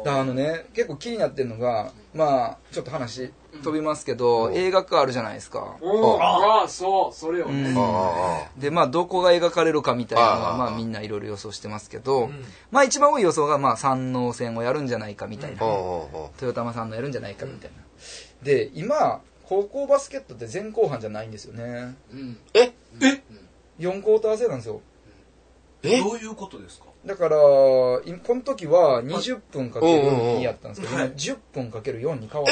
結構気になってるのが、まあちょっと話飛びますけど、映画化あるじゃないですか。 それよね。 で、まあどこが描かれるかみたいなのは、まあみんないろいろ予想してますけど、まあ一番多い予想が、まあ山王戦をやるんじゃないかみたいな。豊玉さんのやるんじゃないかみたいな。で、今、高校バスケットって前後半じゃないんですよね。4クォーター制なんですよ。 どういうことですか？ だから、この時は20分かける2やったんですけど、今10分かける4に変わって。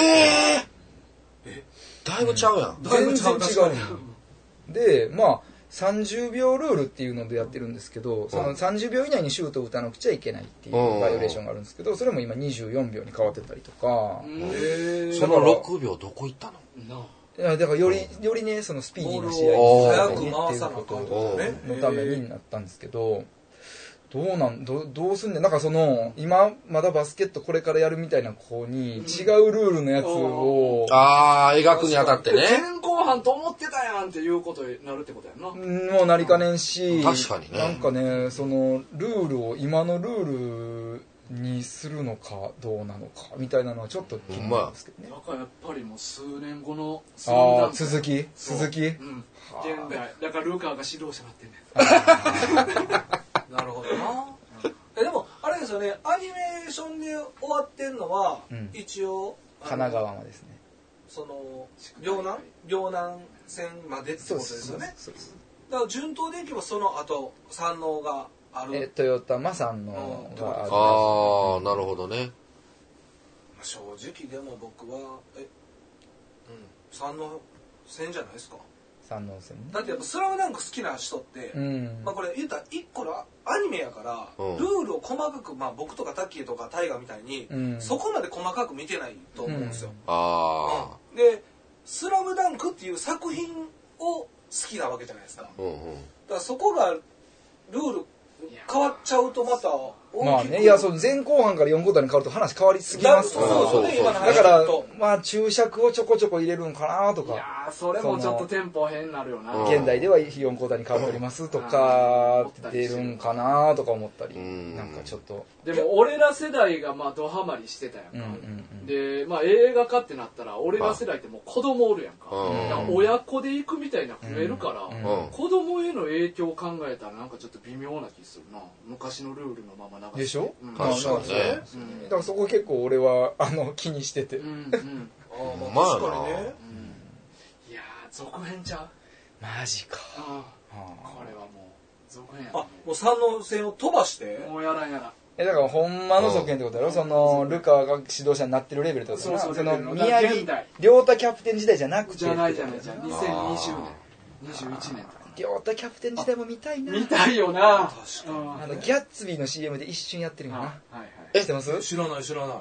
だいぶちゃうやん。 全然違う。で、まあ、30秒ルールっていうのでやってるんですけど、その30秒以内にシュートを打たなくちゃいけないっていうバイオレーションがあるんですけど、それも今24秒に変わってたりとか。 その6秒どこ行ったの？ いやだからよりね、そのスピーディーな試合早く回さなあかんとのためになったんですけど、どうすんねん。なんかその今まだバスケットこれからやるみたいな子に違うルールのやつを描くにあたってね、 前後半と思ってたやんっていうことになるってことやな。 もうなりかねんし、 確かにね。 なんかね、そのルールを今のルールにするのかどうなのかみたいなのはちょっと気になるんですけどね。 だからやっぱりもう数年後の続き、 現代だからルカが指導者になってんねん。 なるほどな。でもあれですよね、アニメーションで終わってんのは、一応神奈川までですね。 その両南線までってことですよね。だから順当でいけばその後山王がある。 豊玉山王がある。なるほどね。 正直でも僕は山王線じゃないですか。 山王線ね。 だってやっぱスラムダンク好きな人って、まあこれ言ったら一個のアニメやから、ルールを細かく、まあ僕とかタッキーとかタイガーみたいに、そこまで細かく見てないと思うんですよ。で、スラムダンクっていう作品を好きなわけじゃないですか。だからそこがルール変わっちゃうとまたまあね、いや、その前後半から4クォーターに変わると話変わりすぎますから。だから、まあ注釈をちょこちょこ入れるんかなとか。 いやー、それもちょっとテンポ変になるよな。 現代では4クォーターに変わっておりますとか、出るんかなとか思ったり。なんかちょっと。 でも俺ら世代がまあドハマりしてたやんか。で、まあ映画化ってなったら、俺ら世代ってもう子供おるやんか。親子で行くみたいな増えるから、子供への影響を考えたらなんかちょっと微妙な気するな。昔のルールのまま流して。 でしょ？ 確かにね。 だからそこ結構俺は気にしてて。 まあ確かにね。 いやー、続編ちゃう？ マジか。 これはもう続編や。 もう山王線を飛ばしてもうやらんやら。 だからほんまの続編ってことだろ。そのルカが指導者になってるレベルってことだろ。その宮城亮太キャプテン時代じゃなくて。 じゃない。2020年、21年とか。 亮太キャプテン時代も見たいな。 見たいよな。 ギャッツビーの CM で一瞬やってるよな。知ってます？ 知らない。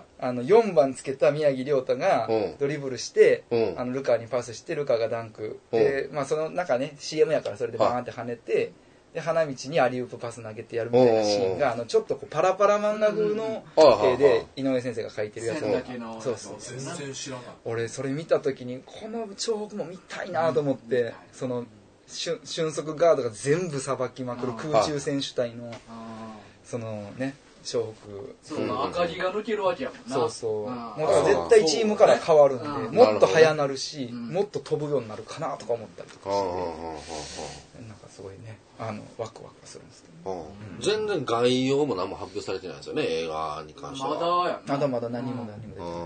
4番つけた宮城亮太がドリブルしてルカにパスしてルカがダンクで、まあその中ね CM やからそれでバーンって跳ねて、で花道にアリウープパス投げてやるみたいなシーンがちょっとこうパラパラ漫画風の絵で井上先生が描いてるやつを、そう全然知らない。 俺それ見た時にこの彫刻も見たいなと思って、その俊足ガードが全部さばきまくる空中選手隊のそのね湘北、 そう赤木が抜けるわけやもんな。 そうもうだから絶対チームから変わるんで、もっと速なるし、もっと飛ぶようになるかなとか思ったりとかして、なんかすごいねワクワクするんですけど、 全然概要も何も発表されてないですよね、映画に関しては。 まだ何も出てない。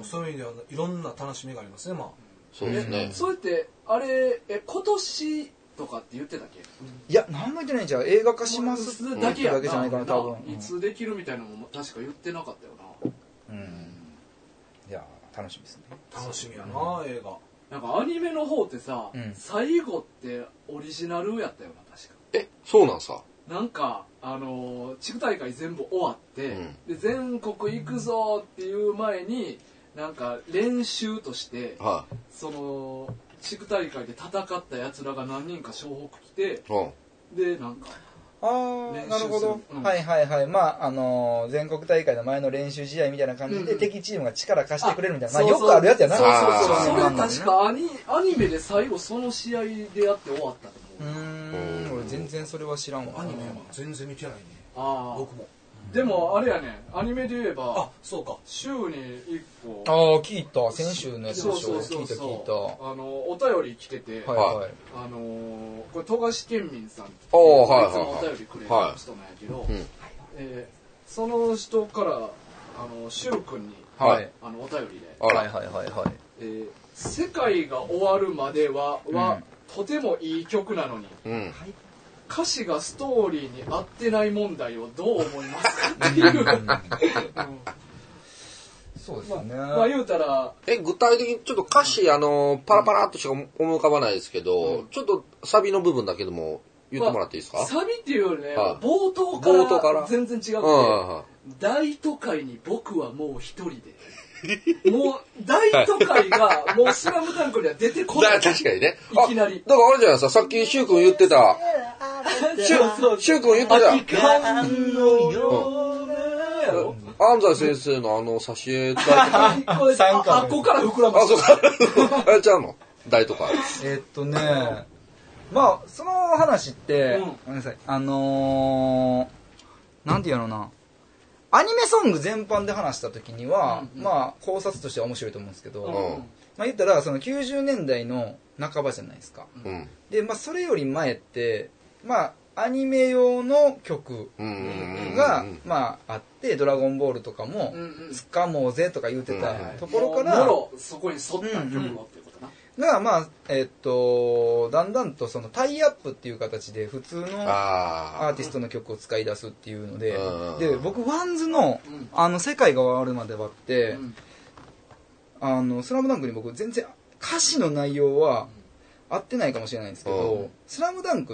そういう意味ではいろんな楽しみがありますね。まあそうですね。 それってあれ今年とかって言ってたっけ？ いや、何も言ってないんじゃん。映画化しますだけじゃないかな、多分。 いつできるみたいなのも確か言ってなかったよな。 いや、楽しみですね。 楽しみやな、映画。 なんかアニメの方ってさ、最後ってオリジナルやったよな、確か。 そうなんさ。 なんか地区大会全部終わって、で全国行くぞっていう前になんか練習として、その地区大会で戦ったやつらが何人か湘北来て、でなんかなるほど、はいまあ全国大会の前の練習試合みたいな感じで、敵チームが力貸してくれるみたいな、まあよくあるやつやな。 そうそれ確かアニメで最後その試合でやって終わったと思う。 俺全然それは知らんわ。 アニメは全然見てないね。 僕もでもあれやね、アニメで言えば、 あ、そうか。 週に1個。 ああ、聞いた。先週のやつでしょ。聞いた。 お便り来てて、 はいはい。 これ、富樫県民さんって、いつもお便りくれる人なんやけど、その人から、シュウ君に、お便りで、世界が終わるまでは、とてもいい曲なのに、歌詞がストーリーに合ってない問題をどう思いますかっていう。 そうですね。 まあ言うたら。 具体的にちょっと歌詞、パラパラっとしか思い浮かばないですけど、ちょっとサビの部分だけでも言ってもらっていいですか？ サビっていうよりね、冒頭から全然違くて、大都会に僕はもう一人で。もう、大都会が、もうスラムダンクには出てこない。 確かにね。 いきなり。 だからあれじゃないですか、さっきシュウ君言ってた。シュウ君言ってた。安西先生の挿絵大都会。あっこから膨らます。あ、そうか。あれちゃうの大都会。 まあ、その話って、ごめんなさい。なんていうのな。アニメソング全般で話した時には、まあ考察としては面白いと思うんですけど、まあ言ったらその90年代の半ばじゃないですか。で、まあそれより前って、まあアニメ用の曲が、まああって、ドラゴンボールとかも、掴もうぜとか言ってたところから、 そこに沿った曲のっていうことな。 が、まあ、だんだんとそのタイアップっていう形で普通のアーティストの曲を使い出すっていうので、で、僕、ワンズの、世界が終わるまではって、スラムダンクに僕、全然歌詞の内容は合ってないかもしれないんですけど、スラムダンクって、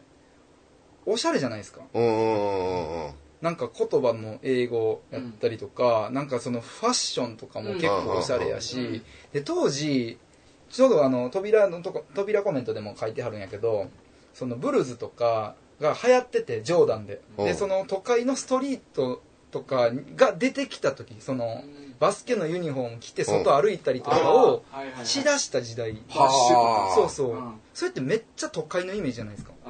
おしゃれじゃないですか。なんか言葉の英語やったりとか、なんかそのファッションとかも結構おしゃれやし、で、当時、ちょうど扉コメントでも書いてはるんやけど、そのブルズとかが流行ってて、ジョーダンで。で、その都会のストリートとかが出てきた時、そのバスケのユニフォーム着て外歩いたりとかをしだした時代。そうそう。それってめっちゃ都会のイメージじゃないですか。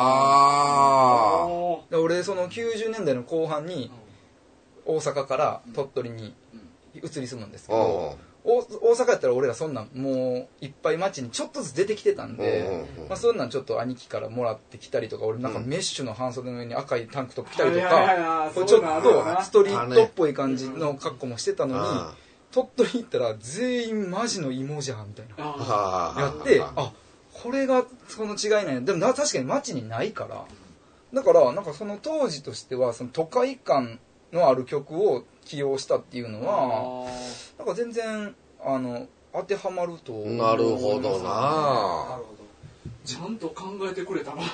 俺、その90年代の後半に大阪から鳥取に移り住むんですけど、大阪やったら俺らそんなんもういっぱい街にちょっとずつ出てきてたんで、まあ、そんなんちょっと兄貴からもらってきたりとか、俺なんかメッシュの半袖の上に赤いタンクトップ着たりとか、ちょっとストリートっぽい感じの格好もしてたのに、鳥取行ったら全員マジの芋じゃんみたいなやって、あ、これがその違いなんや。でも確かに街にないから、だからなんかその当時としてはその都会感のある曲を起用したっていうのはなんか全然当てはまると思う。 なるほどな。 ちゃんと考えてくれたな。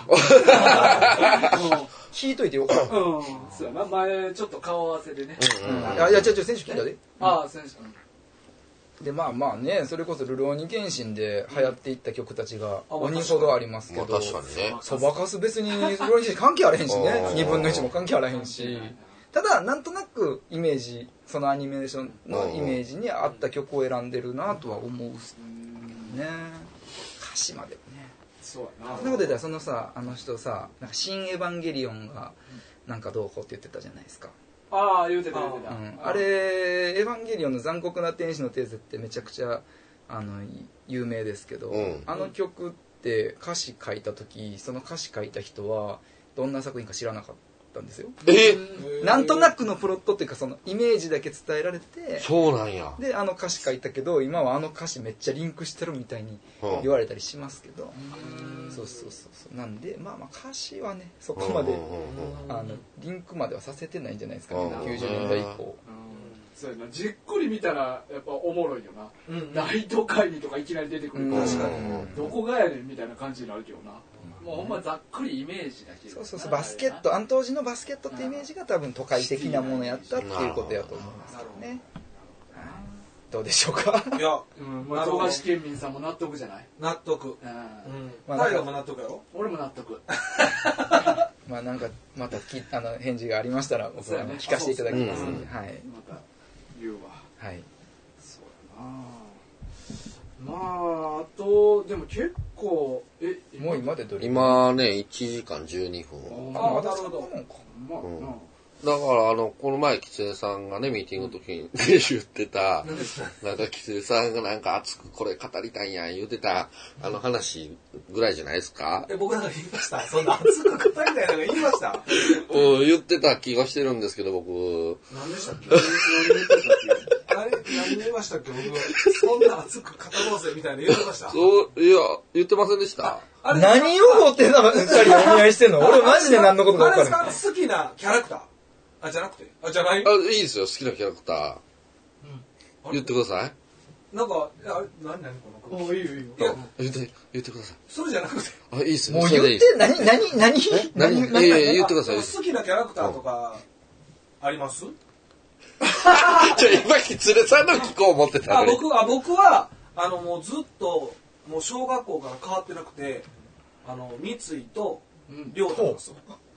聞いといてよかった。 そうやな、前ちょっと顔合わせでね。 いや先週聞いたで。 先週。でまあまあね、それこそルローニケンシンで流行っていった曲たちが鬼ほどありますけど、 確かにね。 そばかす別にルローニケンシン関係あらへんしね、2分の1も関係あらへんし。ただなんとなくイメージ、そのアニメーションのイメージに合った曲を選んでるなとは思うね。歌詞までもね。 そうやな。 そんなこと言ったらそのさ、あの人さ、なんか新エヴァンゲリオンがなんかどうこうって言ってたじゃないですか。 言うてた。 あれエヴァンゲリオンの残酷な天使のテーゼってめちゃくちゃ有名ですけど、あの曲って歌詞書いた時、その歌詞書いた人はどんな作品か知らなかったんですよ。なんとなくのプロットっていうか、そのイメージだけ伝えられて、 そうなんや。 で歌詞書いたけど、今は歌詞めっちゃリンクしてるみたいに言われたりしますけど、そうなんでまあ歌詞はね、そこまでリンクまではさせてないんじゃないですかね、90年代以降。 そうやな、じっくり見たらやっぱおもろいよな。大都会にとかいきなり出てくるから、どこがやねんみたいな感じになるけどな。もうほんまざっくりイメージだけど。 そうバスケット、当時のバスケットってイメージが多分都会的なものやったっていうことやと思いますけどね。どうでしょうか。 いや、 富樫県民さんも納得じゃない？ 納得。タイガーも納得やろ？ 俺も納得。 まあなんかまた返事がありましたら僕は聞かせていただきますので、はい。 また言うわ。 はい。 そうやな。まあ、あと、でも結構、 もう今でどれ？ 今ね、1時間12分。 まだそんなもんか。 だからこの前、キツネさんがね、ミーティングの時に言ってた、なんかキツネさんがなんか熱くこれ語りたいんや、言ってた、話ぐらいじゃないですか？ 僕なんか言いました？そんな熱く語りたいなんか言いました？ 言ってた気がしてるんですけど、僕。 何でしたっけ？何言いましたっけ？僕、そんな熱く語ろうぜみたいな言ってました？ いや、言ってませんでした？ 何を持ってさ、二人お見合いしてんの？俺マジで何のことか分かる。 あれ好きなキャラクター？じゃなくて？じゃない？ いいですよ、好きなキャラクター。言ってください。 なんか、何このいいよ。 言ってください。 それじゃなくて。 いいっすよ。 もう言って、何言ってください。 好きなキャラクターとか、あります？ 今、キツネさんの聞こう思ってたね。 僕は、もうずっと、もう小学校から変わってなくて、三井と、亮太なんですよ。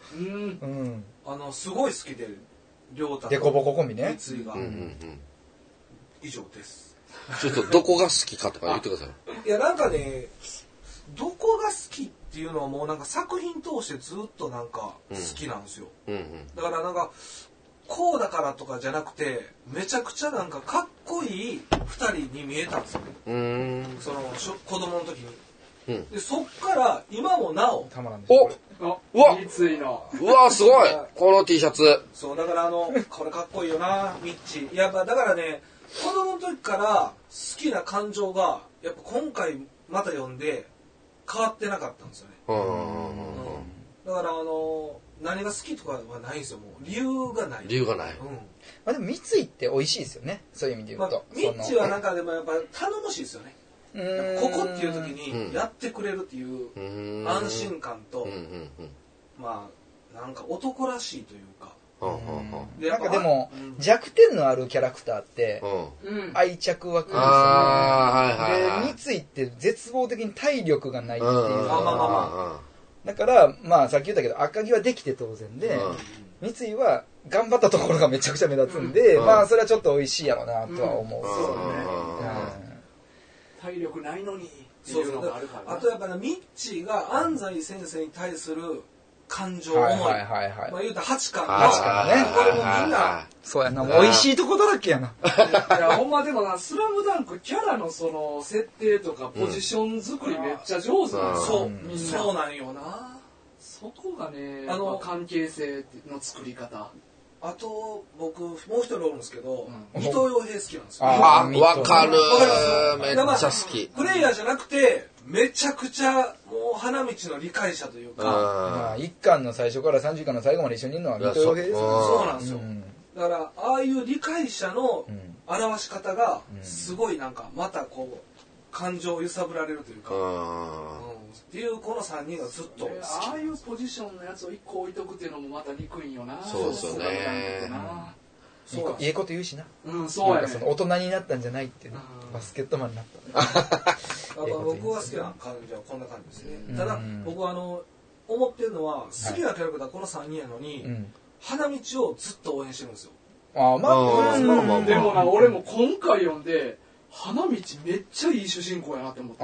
すごい好きで、亮太と。 デコボココンビね。 三井が。以上です。 ちょっとどこが好きかとか言ってください。 いや、なんかね、どこが好きっていうのはもうなんか作品通してずっとなんか好きなんですよ。だからなんか、こうだからとかじゃなくて、めちゃくちゃなんかかっこいい二人に見えたんですよね。その子供の時に。でそっから今もなお。 たまらんです。うわ三井の。 うわすごいこの T シャツ。 そう、だからこれかっこいいよな、ミッチ。やっぱだからね、子供の時から好きな感情が、やっぱ今回また読んで変わってなかったんですよね。だから何が好きとかはないんですよ。もう理由がない。 まあでも三井って美味しいですよね。そういう意味で言うと。 ミッチはなんかでもやっぱ頼もしいですよね。ここっていう時にやってくれるっていう安心感と、まあなんか男らしいというか。 なんかでも弱点のあるキャラクターって愛着湧くんですよね。で三井って絶望的に体力がないっていうのが。だからまあさっき言ったけど赤城はできて当然で、三井は頑張ったところがめちゃくちゃ目立つんで、まあそれはちょっと美味しいやろなとは思う。 そうね。体力ないのにっていうのがあるから。 あとやっぱミッチーが安西先生に対する感情思い。まあ言うたら8巻ね。 これもみんな。 そうやな、美味しいとこだらけやな。 いやほんまでもな、スラムダンクキャラのその設定とかポジション作りめっちゃ上手なんですよ。みんな。 そうなんよな。 そこがね、関係性の作り方。 あと僕もう一人おるんですけど、伊藤洋平好きなんですよ。 わかる。めっちゃ好き。 プレイヤーじゃなくてめちゃくちゃもう花道の理解者というか、 1巻の最初から30巻の最後まで一緒にいるのは伊藤洋平ですよ。 そうなんですよ。だからああいう理解者の表し方がすごいなんかまたこう感情を揺さぶられるというか、っていうこの3人がずっとああいうポジションのやつを1個置いとくっていうのもまた憎いんよな。 そうですよね。 いいこと言うしな。 そうやね。 大人になったんじゃないってバスケットマンになった。 僕は好きな感じはこんな感じですね。ただ僕は思ってるのは好きなキャラクターこの3人やのに花道をずっと応援してるんですよ。 まあでもな、俺も今回読んで花道めっちゃいい主人公やなって思った。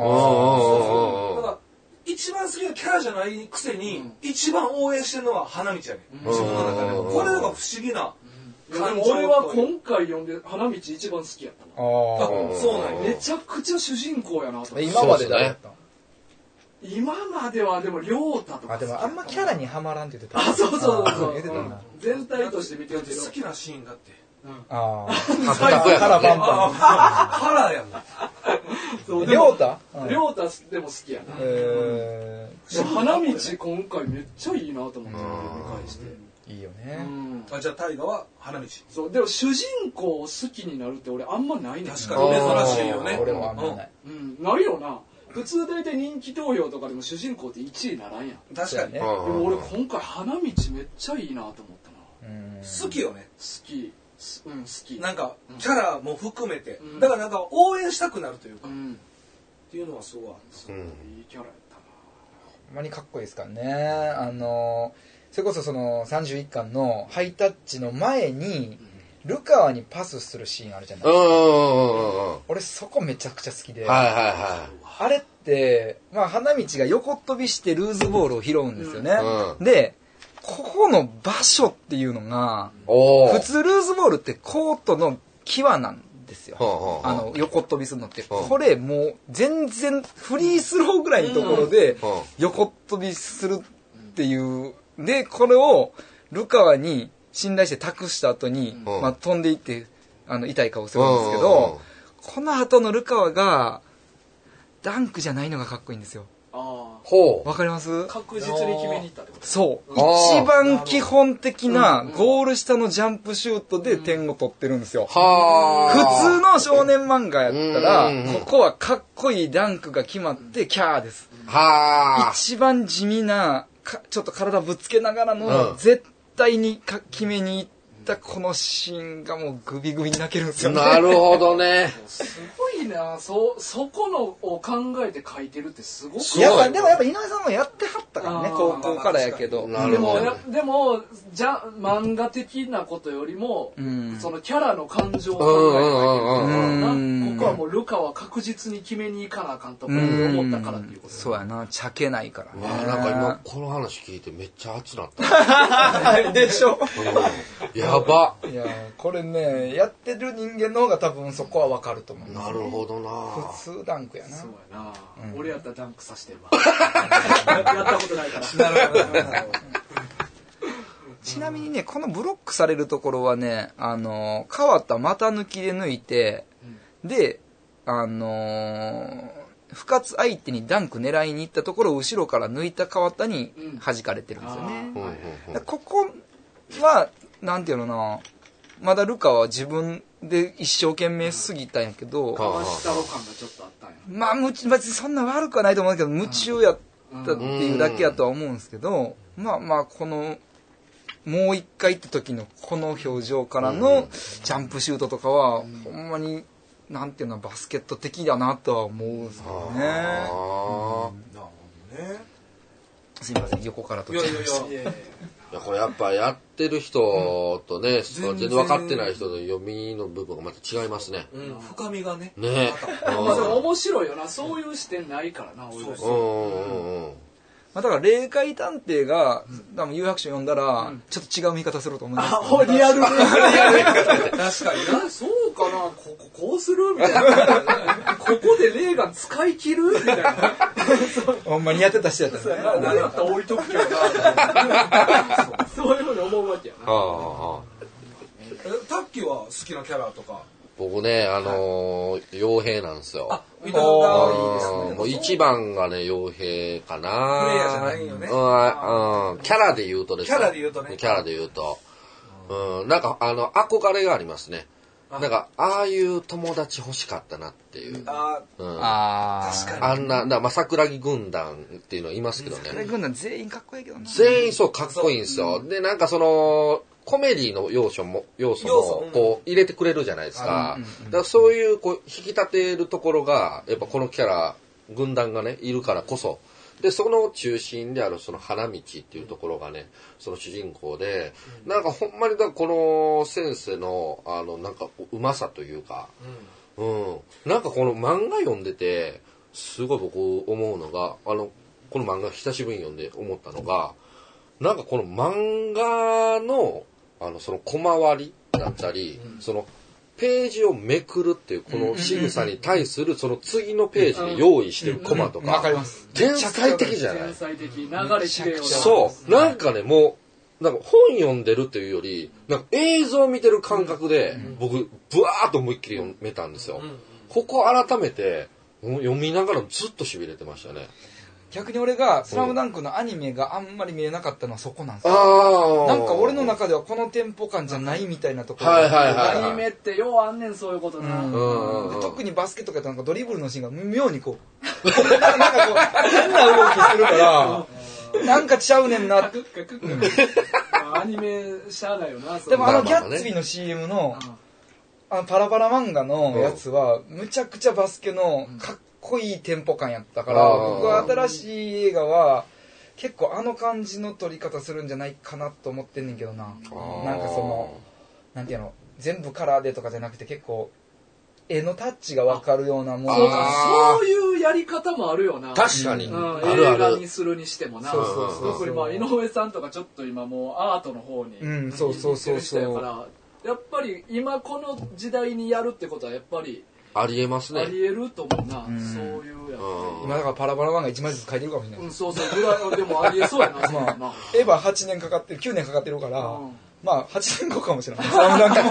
だから一番好きなキャラじゃないくせに一番応援してるのは花道やね。自分の中で。これが不思議な。 でも俺は今回読んで花道一番好きやったな。そうなんや。 めちゃくちゃ主人公やなと思って。 今まで誰やったん？ 今まではでも亮太とか。 でもあんまキャラにはまらんって言ってた。 そう全体として見てるけど好きなシーンだって。 腹バンバン。 腹やもん。 亮太でも好きやな。花道今回めっちゃいいなと思って読み返して。 いいよね。 じゃあ大河は花道。 そうでも主人公を好きになるって俺あんまないね。 確かに珍しいよね。 俺もあんまない。 ないよな。普通大体人気投票とかでも主人公って1位にならんやん。 確かにね。 でも俺今回花道めっちゃいいなと思ったな。好きよね。 好き。好き。 なんかキャラも含めて、だからなんか応援したくなるというか、っていうのはすごい。 いいキャラやったな。 ほんまにかっこいいですからね。それこそその31巻のハイタッチの前にルカワにパスするシーンあるじゃないですか。俺そこめちゃくちゃ好きで、あれってまあ花道が横っ飛びしてルーズボールを拾うんですよね。でここの場所っていうのが、普通ルーズボールってコートの際なんですよ。横飛びするのって。これもう全然フリースローぐらいのところで横飛びするっていう。で、これをルカワに信頼して託した後に、まあ、飛んでいって、痛い顔するんですけど、この後のルカワが、ダンクじゃないのがかっこいいんですよ。わかります？ 確実に決めに行ったってこと？ そう。一番基本的なゴール下のジャンプシュートで点を取ってるんですよ。普通の少年漫画やったら、ここはかっこいいダンクが決まってキャーです。一番地味な、ちょっと体ぶつけながらの、絶対に決めに行ったこのシーンがもうグビグビに泣けるんですよね。 なるほどね。 すごいな、そこのを考えて書いてるってすごくでもやっぱ井上さんもやってはったからね、高校からやけど。 でもじゃ漫画的なことよりも、そのキャラの感情を考えて書いてるからな。ここはもうルカは確実に決めに行かなあかんと思ったからっていうこと。 そうやな、茶けないからね。 なんか今この話聞いてめっちゃ熱なった。 でしょ。 やば。 いやこれね、やってる人間の方が多分そこは分かると思う。 なるほどな。 普通ダンクやな。 そうやな。俺やったらダンクさしてるわ。やったことないから。なるほど。 ちなみにね、このブロックされるところはね、川田股抜きで抜いて、で、不活相手にダンク狙いに行ったところを後ろから抜いた川田に弾かれてるんですよね。ここは、なんていうのな、まだルカは自分で一生懸命すぎたんやけど、 かわしたろ感がちょっとあったんや。 まあ、別にそんな悪くはないと思うけど、夢中やったっていうだけやとは思うんですけど、まあ、この、もう一回行った時のこの表情からのジャンプシュートとかは、ほんまに、なんていうの、バスケット的だなとは思うんですよね。なるほどね。すいません、横からとっちゃいました。 いやこれやっぱやってる人とね、全然分かってない人の読みの部分がまた違いますね。 深みがね。 ね。 でも面白いよな、そういう視点ないからな、俺たち。 だから霊界探偵が多分有白書読んだらちょっと違う見方すると思うんですよ、ね。リアルね。 確かにな。 そうかな、こうするみたいな。ここで霊が使い切るみたいな。 ほんまにやってた人やったらね。俺だったら置いとくけどな。そういうふうに思うわけやな。 タッキーは好きなキャラとか。 僕ね、傭兵なんですよ。 見た目がいいですね。 もう一番がね、傭兵かな。 プレイヤーじゃないよね。 キャラで言うとですね。 キャラで言うとね。 キャラで言うと。なんか、憧れがありますね。なんか、ああいう友達欲しかったなっていう。 確かに。 あんな、まあ、桜木軍団っていうのはいますけどね。 桜木軍団全員かっこいいけどな。 全員そう、かっこいいんですよ。で、なんかコメディの要素も、こう、入れてくれるじゃないですか。だからそういう、こう、引き立てるところが、やっぱこのキャラ、軍団がね、いるからこそ。で、その中心である、その花道っていうところがね、その主人公で、なんかほんまに、この先生の、なんか、うまさというか、なんかこの漫画読んでて、すごい僕思うのが、この漫画久しぶりに読んで思ったのが、なんかこの漫画の、その小回りだったり、そのページをめくるっていうこの仕草に対するその次のページに用意してるコマとか、天才的じゃない？ 天才的、流れきれよな。 そう、なんかね、もう、なんか本読んでるっていうより、なんか映像を見てる感覚で、僕、ブワーッと思いっきり読めたんですよ。ここ改めて、読みながらずっと痺れてましたね。 逆に俺が「スラムダンクのアニメがあんまり見れなかったのはそこなんですよ。なんか俺の中ではこのテンポ感じゃないみたいなところ、 アニメってようあんねん、そういうことな。 特にバスケットとかなんかドリブルのシーンが妙にこうなんかこう変な動きするからなんかちゃうねんなって。 アニメしゃあないよな。 でもギャッツビーの CM のパラパラ漫画のやつはむちゃくちゃバスケのかっこいいテンポ感やったから、僕は新しい映画は結構感じの撮り方するんじゃないかなと思ってんねんけどな。なんかなんていうの、全部カラーでとかじゃなくて結構絵のタッチが分かるようなもの。 そういうやり方もあるよな。 確かに。映画にするにしてもな。特にまあ井上さんとかちょっと今もうアートの方に行ってる人やから、やっぱり今この時代にやるってことはやっぱりありえますね。 ありえると思うな。そういうやつ。 今だからパラパラ1が1枚ずつ書いてるかもしれない。 そうそうぐらいでもありえそうやな。 エヴァ8年かかってる、9年かかってるから、まあ8年後かもしれない。サムランクも。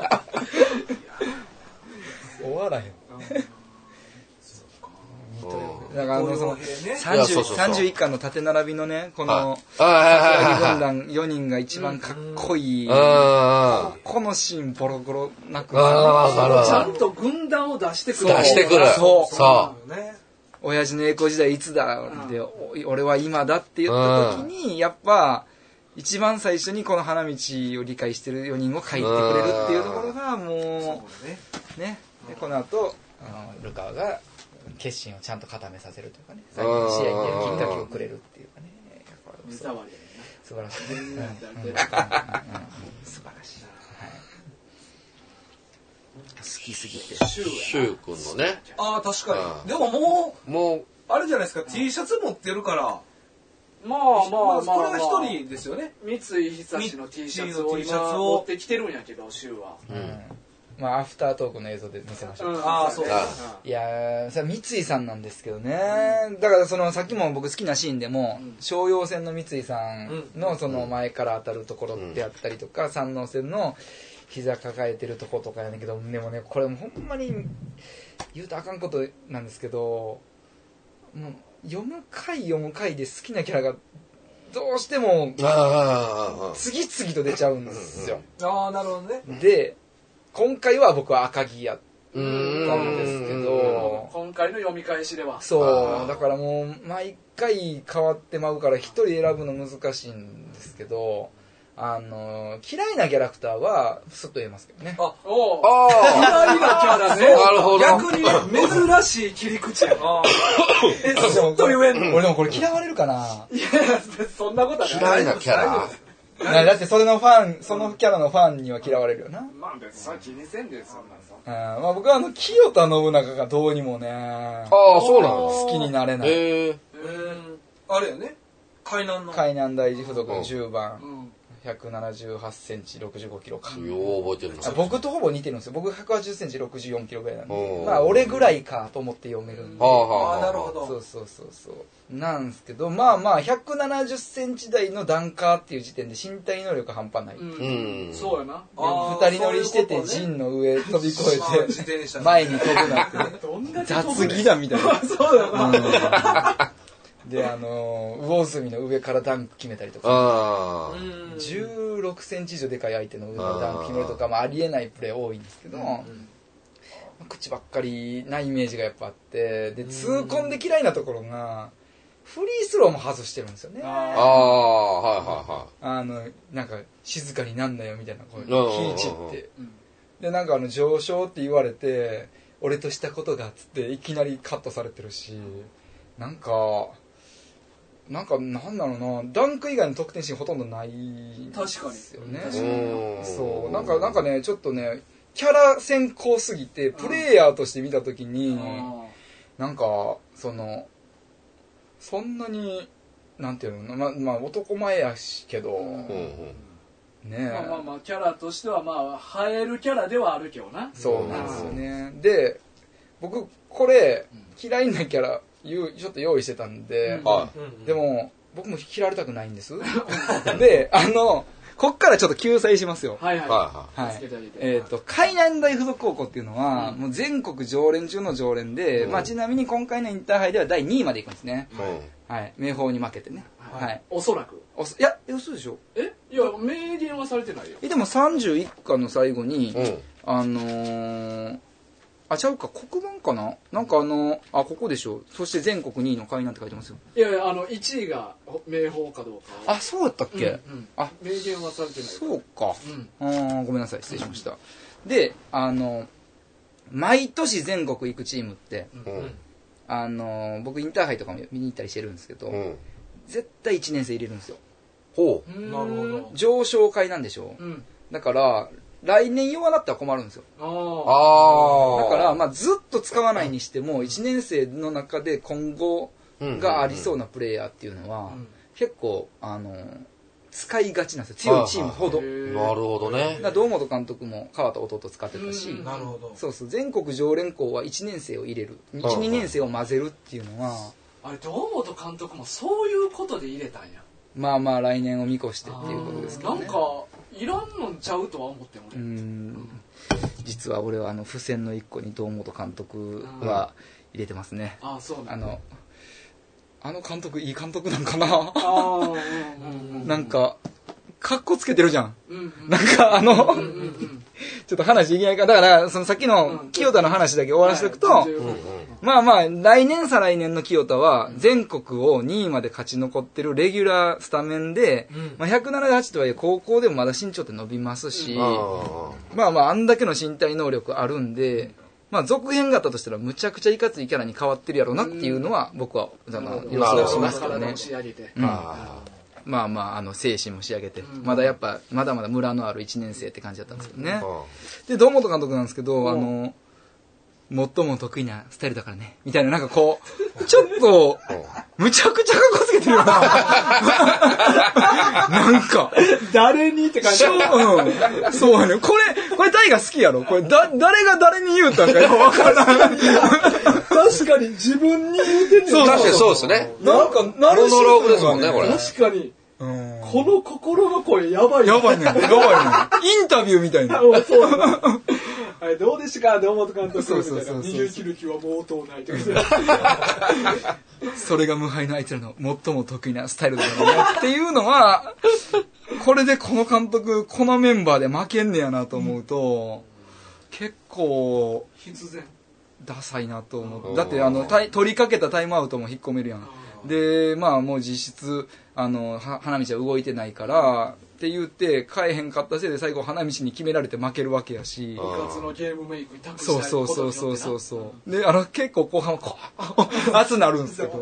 終わらへん。だからその31巻の縦並びのね、この軍団4人が一番かっこいい、このシーンボロボロなくちゃんと軍団を出してくる。 そう親父の栄光時代いつだで、俺は今だって言った時にやっぱ一番最初にこの花道を理解してる4人を書いてくれるっていうところがもうね、でこの後ルカが決心をちゃんと固めさせるというかね、最後の試合に出るきっかけをくれるっていうかね、素晴らしい、素晴らしい、好きすぎてシュウ君のね。 ああ確かに。でももうあれじゃないですか、 T シャツ持ってるから、 まあこれが一人ですよね。 三井久志の T シャツを今持ってきてるんやけど、シュウは。 まあアフタートークの映像で見せましょう。 ああそうだ。 いやそれ三井さんなんですけどね。だからそのさっきも僕好きなシーンでも商用船の三井さんのその前から当たるところであったりとか、山王船の膝抱えてるところとかやねんけど、でもねこれほんまに言うとあかんことなんですけど、もう読む回で好きなキャラがどうしても次々と出ちゃうんですよ。 ああなるほどね。 で今回は僕は赤木やったんですけど、 今回の読み返しではそうだからもう毎回変わってまうから一人選ぶの難しいんですけど、嫌いなキャラクターはすっと言えますけどね。 嫌いなキャラね。 なるほど。 逆に珍しい切り口やな。すっと言えんの。 俺でもこれ嫌われるかな。 いやそんなことはない。 嫌いなキャラ。 だってそのキャラのファンには嫌われるよな。 まあ別に気にせんでそんなんさ。 まあ僕は清田信長がどうにもね。 そうなの。 好きになれない。 あれよね。海南大寺付属の10番。178センチ65キロか。 よう覚えてるな。 僕とほぼ似てるんですよ。僕180センチ64キロぐらいなんで、まあ俺ぐらいかと思って読めるんで。 なるほど。 そうなんですけど、まあ170センチ台のダンカーっていう時点で身体能力半端ない。 そうやな。 二人乗りしてて陣の上飛び越えて前に飛ぶなんて雑技だみたいな。 そうだな。 で魚住の上からダンク決めたりとか、16センチ以上でかい相手の上からダンク決めるとか、ありえないプレー多いんですけど、口ばっかりなイメージがやっぱあって、で痛恨で嫌いなところがフリースローも外してるんですよね。なんか静かになんなよみたいな声引いちってでなんか上昇って言われて俺としたことがっつっていきなりカットされてるし、なんだろうな、ダンク以外の得点シーンほとんどないですよね。そうなんかねちょっとねキャラ先行すぎてプレイヤーとして見たときになんかそんなになんていうの、まあ男前やしけど、ねまあキャラとしては映えるキャラではあるけどな。 そうなんですよね。で僕これ嫌いなキャラちょっと用意してたんで、でも僕も嫌われたくないんです。でこっからちょっと救済しますよ。海南大附属高校っていうのは、もう全国常連中の常連で、ちなみに今回のインターハイでは第2位まで行くんですね。明豊に負けてね。 おそらく。 いや、嘘でしょ。 いや、明言はされてないよ。 でも31巻の最後に、ちゃうか、黒板かななんかここでしょ。そして全国2位の海南って書いてますよ。 いや1位が明豊かどうか。 そうだったっけ？ 明言はされてない。 そうか。ごめんなさい、失礼しました。で、毎年全国行くチームって、僕インターハイとかも見に行ったりしてるんですけど、絶対1年生入れるんですよ。 ほう。 なるほど。 上昇会なんでしょ。だから、 来年弱なったら困るんですよ。だから、ずっと使わないにしても、1年生の中で今後がありそうなプレイヤーっていうのは、結構、使いがちなんですよ。強いチームほど。 なるほどね。 堂本監督も川田弟使ってたし、 なるほど。 そうそう、全国常連校は1年生を入れる。1、2年生を混ぜるっていうのは、 あれ、堂本監督もそういうことで入れたんや。 まあ来年を見越してっていうことですけどね。 なんか、いらんのんちゃうとは思ってもね。 実は俺は付箋の一個に堂本監督は入れてますね。 そうあの監督いい監督なんかな。なんかカッコつけてるじゃん。なんかちょっと話いけないから、だからそのさっきの清田の話だけ終わらせておくと、まあ来年再来年の清田は全国を2位まで勝ち残ってるレギュラースタメンで、178とはいえ高校でもまだ身長って伸びますし、あんだけの身体能力あるんで、続編型としたらむちゃくちゃいかついキャラに変わってるやろうなっていうのは僕は予想しますけどね。精神も仕上げて、まだまだ村のある1年生って感じだったんですけどね。で、堂本監督なんですけど、最も得意なスタイルだからね、みたいな、なんかこう、ちょっと、むちゃくちゃカッコつけてるよな。なんか。 誰にって感じ。 そうやね。これタイが好きやろ。これ誰が誰に言うたんかよわからない。 確かに自分に言うてんねん。 確かにそうですね。 なんか、 モノローグですもんね、これ。 確かに。この心の声やばいね。 やばいね。インタビューみたいな。 どうでしたか、堂本監督みたいな。逃げ切る気はもうとうないとか。 それが無敗のあいつらの最も得意なスタイルだろうなっていうのは、これでこの監督、このメンバーで負けんねやなと思うと、結構、 必然。 ダサいなと思う。だって取りかけたタイムアウトも引っ込めるやん。で、もう実質、花道は動いてないから、って言って、変えへんかったせいで最後花道に決められて負けるわけやし。 部活のゲームメイクに託したいことによってな。 そう。で、結構後半は熱なるんですけど。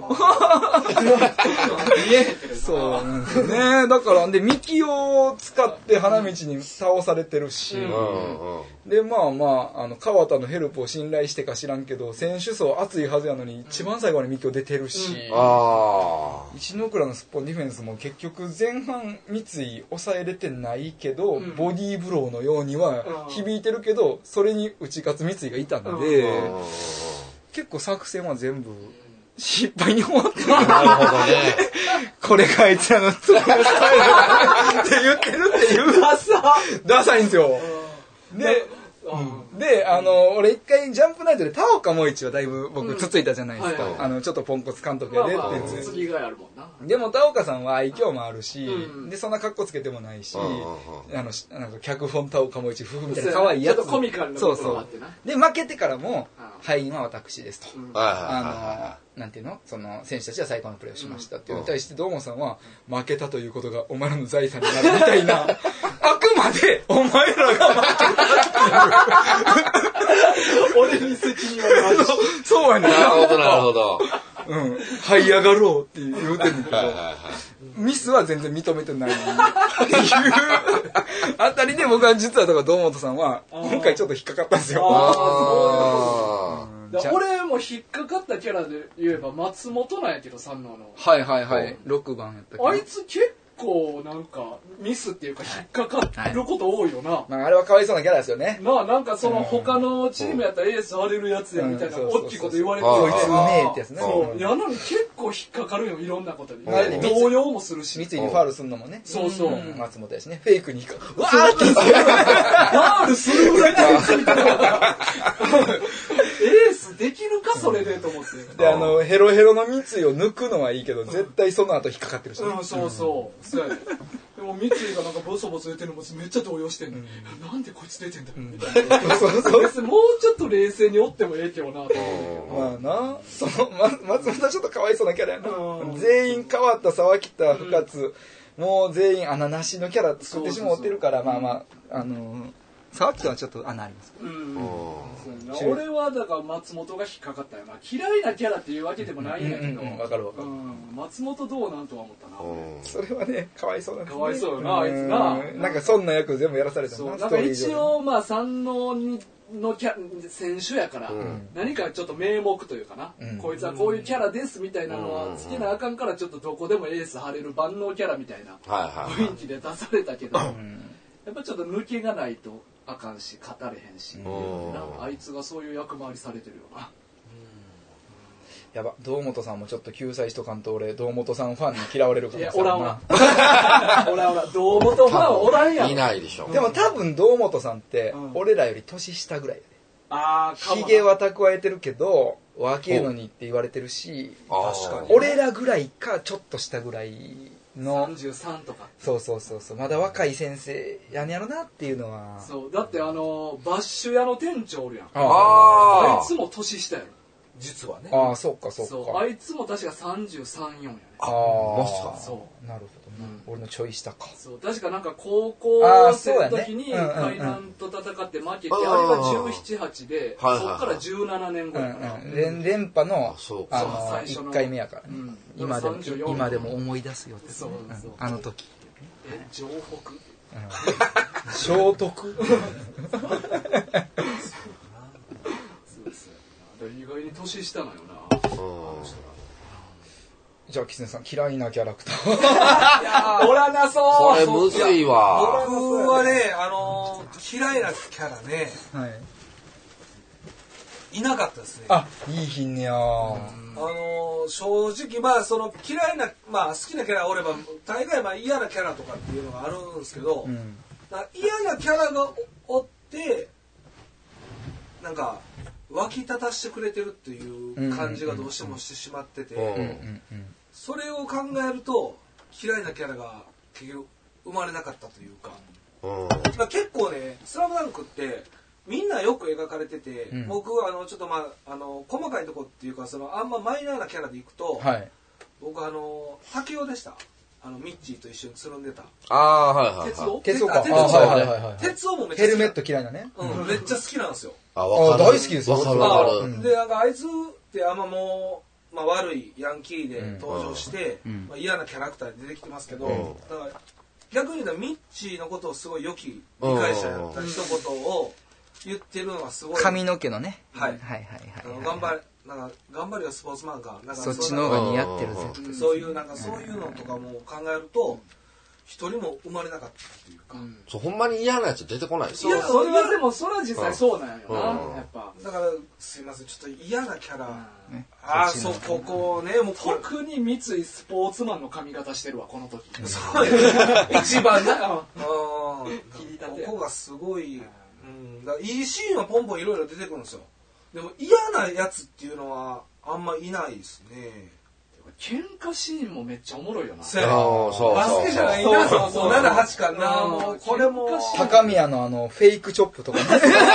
そうなんですよね。だから、で、ミキを使って花道に倒されてるし、で、川田のヘルプを信頼してか知らんけど、選手層熱いはずやのに、一番最後にミキを出てるし、一ノ倉のすっぽんディフェンスも結局前半三井抑えれてないけど、ボディーブローのようには響いてるけど、それに打ち勝つ三井がいたので、結構作戦は全部失敗に終わってる。 なるほどね。 これがあいつらのスタイルだって言ってるっていう。ダサいんですよ。で、俺一回ジャンプナイトで田岡萌一はだいぶ僕つついたじゃないですか。ちょっとポンコツ監督やでって言って。 次があるもんな。 でも田岡さんは愛嬌もあるし、で、そんな格好つけてもないし、なんか脚本田岡萌一夫婦みたいな可愛いやつ。 ちょっとコミカルなところがあってな。 で、負けてからも、敗因は私ですと。なんていうの選手たちは最高のプレーをしましたっていうのに対して堂本さんは、負けたということがお前らの財産になるみたいな、あくまでお前らが負けた俺に責任はない。 そうやねん。 なるほど。 這い上がろうって言うてんねんけど、ミスは全然認めてないっていうあたりで僕は実はだから堂本さんは今回ちょっと引っかかったんですよ。 俺も引っかかったキャラで言えば松本なんやけど、三能の。 はい6番やったっけ。 あいつ結構なんかミスっていうか引っかかること多いよな。 あれはかわいそうなキャラですよね。 なんかその他のチームやったらエース荒れるやつやみたいな大きいこと言われてるこいつうめえってやつね。 そうやのに結構引っかかるよ、いろんなことに。動揺もするし、 三井にファウルするのもね。 そうそう、 松本やしね。フェイクにわーってファウルするぐらいのやつみたいな。エースできるかそれでと思って。 でヘロヘロの三井を抜くのはいいけど、絶対その後引っかかってるしね。 そうやね。でも三井がなんかボソボソ出てるのもめっちゃ動揺してんの。なんでこいつ出てんだみたいな。別にもうちょっと冷静におってもええけどなと思う。 松本はちょっとかわいそうなキャラやな。全員変わった沢北深津、もう全員穴なしのキャラ作ってしまってるから、 沢木とはちょっと穴あります。 俺はだから松本が引っかかったよな。嫌いなキャラっていうわけでもないんだけど、 わかるわかる。 松本どうなんとは思ったな。 それはね、かわいそうなんですね。 かわいそうよな、あいつな。 なんかそんな役全部やらされたな。なんか一応、まあ、三能の選手やから、何かちょっと名目というかな、こいつはこういうキャラですみたいなのは好きなあかんから、ちょっとどこでもエース張れる万能キャラみたいな雰囲気で出されたけど、やっぱちょっと抜けがないとあかんし、語れへんし、あいつがそういう役回りされてるよな。 やば、堂本さんもちょっと救済しとかんと俺、堂本さんファンに嫌われるかもしれない。 おらんわ。おらんおらん。堂本ファンはおらんやろ。 いないでしょ。 でも多分堂本さんって、俺らより年下ぐらいやで。 ああ、 ヒゲは蓄えてるけど、若いのにって言われてるし、 確かに。 俺らぐらいか、ちょっと下ぐらいの。 33とか。 そうそうそうそう。まだ若い先生やんやろなっていうのは。 そう。だってバッシュ屋の店長おるやん。 あいつも年下やろ。 実はね。 ああ、そうかそうか。 そう。あいつも確か33、4やね。 ああ、 マジか。 そう。 なるほどね。俺のちょい下か。 そう。確かなんか高校生の時に海南と戦って負けて、あれが17、8で、そっから17年後やから。 連覇の 1 回目やからね。今でも思い出すよって。 そうそう。 あの時。 城北聖徳意外に年下なよな。 じゃあキツネさん嫌いなキャラクターおらなそう。 これむずいわ。 僕はね嫌いなキャラね、いなかったですね。 あ、いいひんねや。 正直まあその嫌いな好きなキャラがおれば大概嫌なキャラとかっていうのがあるんですけど、嫌なキャラがおってなんか湧き立たしてくれてるっていう感じがどうしてもしてしまってて、それを考えると嫌いなキャラが結局生まれなかったというか、結構ね「スラムダンクってみんなよく描かれてて、僕はちょっと細かいとこっていうかあんまマイナーなキャラでいくと、僕竹雄でした。ミッチーと一緒につるんでた。 ああー、はいはい。 鉄夫か。 鉄夫もめっちゃヘルメット嫌いなね。 めっちゃ好きなんですよ。 大好きですよ。 わかるわかる。 であいつってもう悪いヤンキーで登場して嫌なキャラクターで出てきてますけど、だから逆に言うとミッチーのことをすごい良き理解者やった一言を言ってるのがすごい。 髪の毛のね。 はい頑張りはスポーツマンか。 そっちの方が似合ってるぜ。 そういうそういうのとかも考えると一人も生まれなかったっていうか。 そうほんまに嫌なやつ出てこない。 そうそれはでもそれは実際そうなんよな。やっぱだからすいませんちょっと嫌なキャラ。そうここねもう特に三井スポーツマンの髪型してるわこの時。 一番な。ここがすごい。だからいいシーンはポンポンいろいろ出てくるんですよ。でも嫌なやつっていうのはあんまいないですね。 喧嘩シーンもめっちゃおもろいよな。 そうバスケじゃないな。7、8かな。もうこれも高宮のフェイクチョップとかね。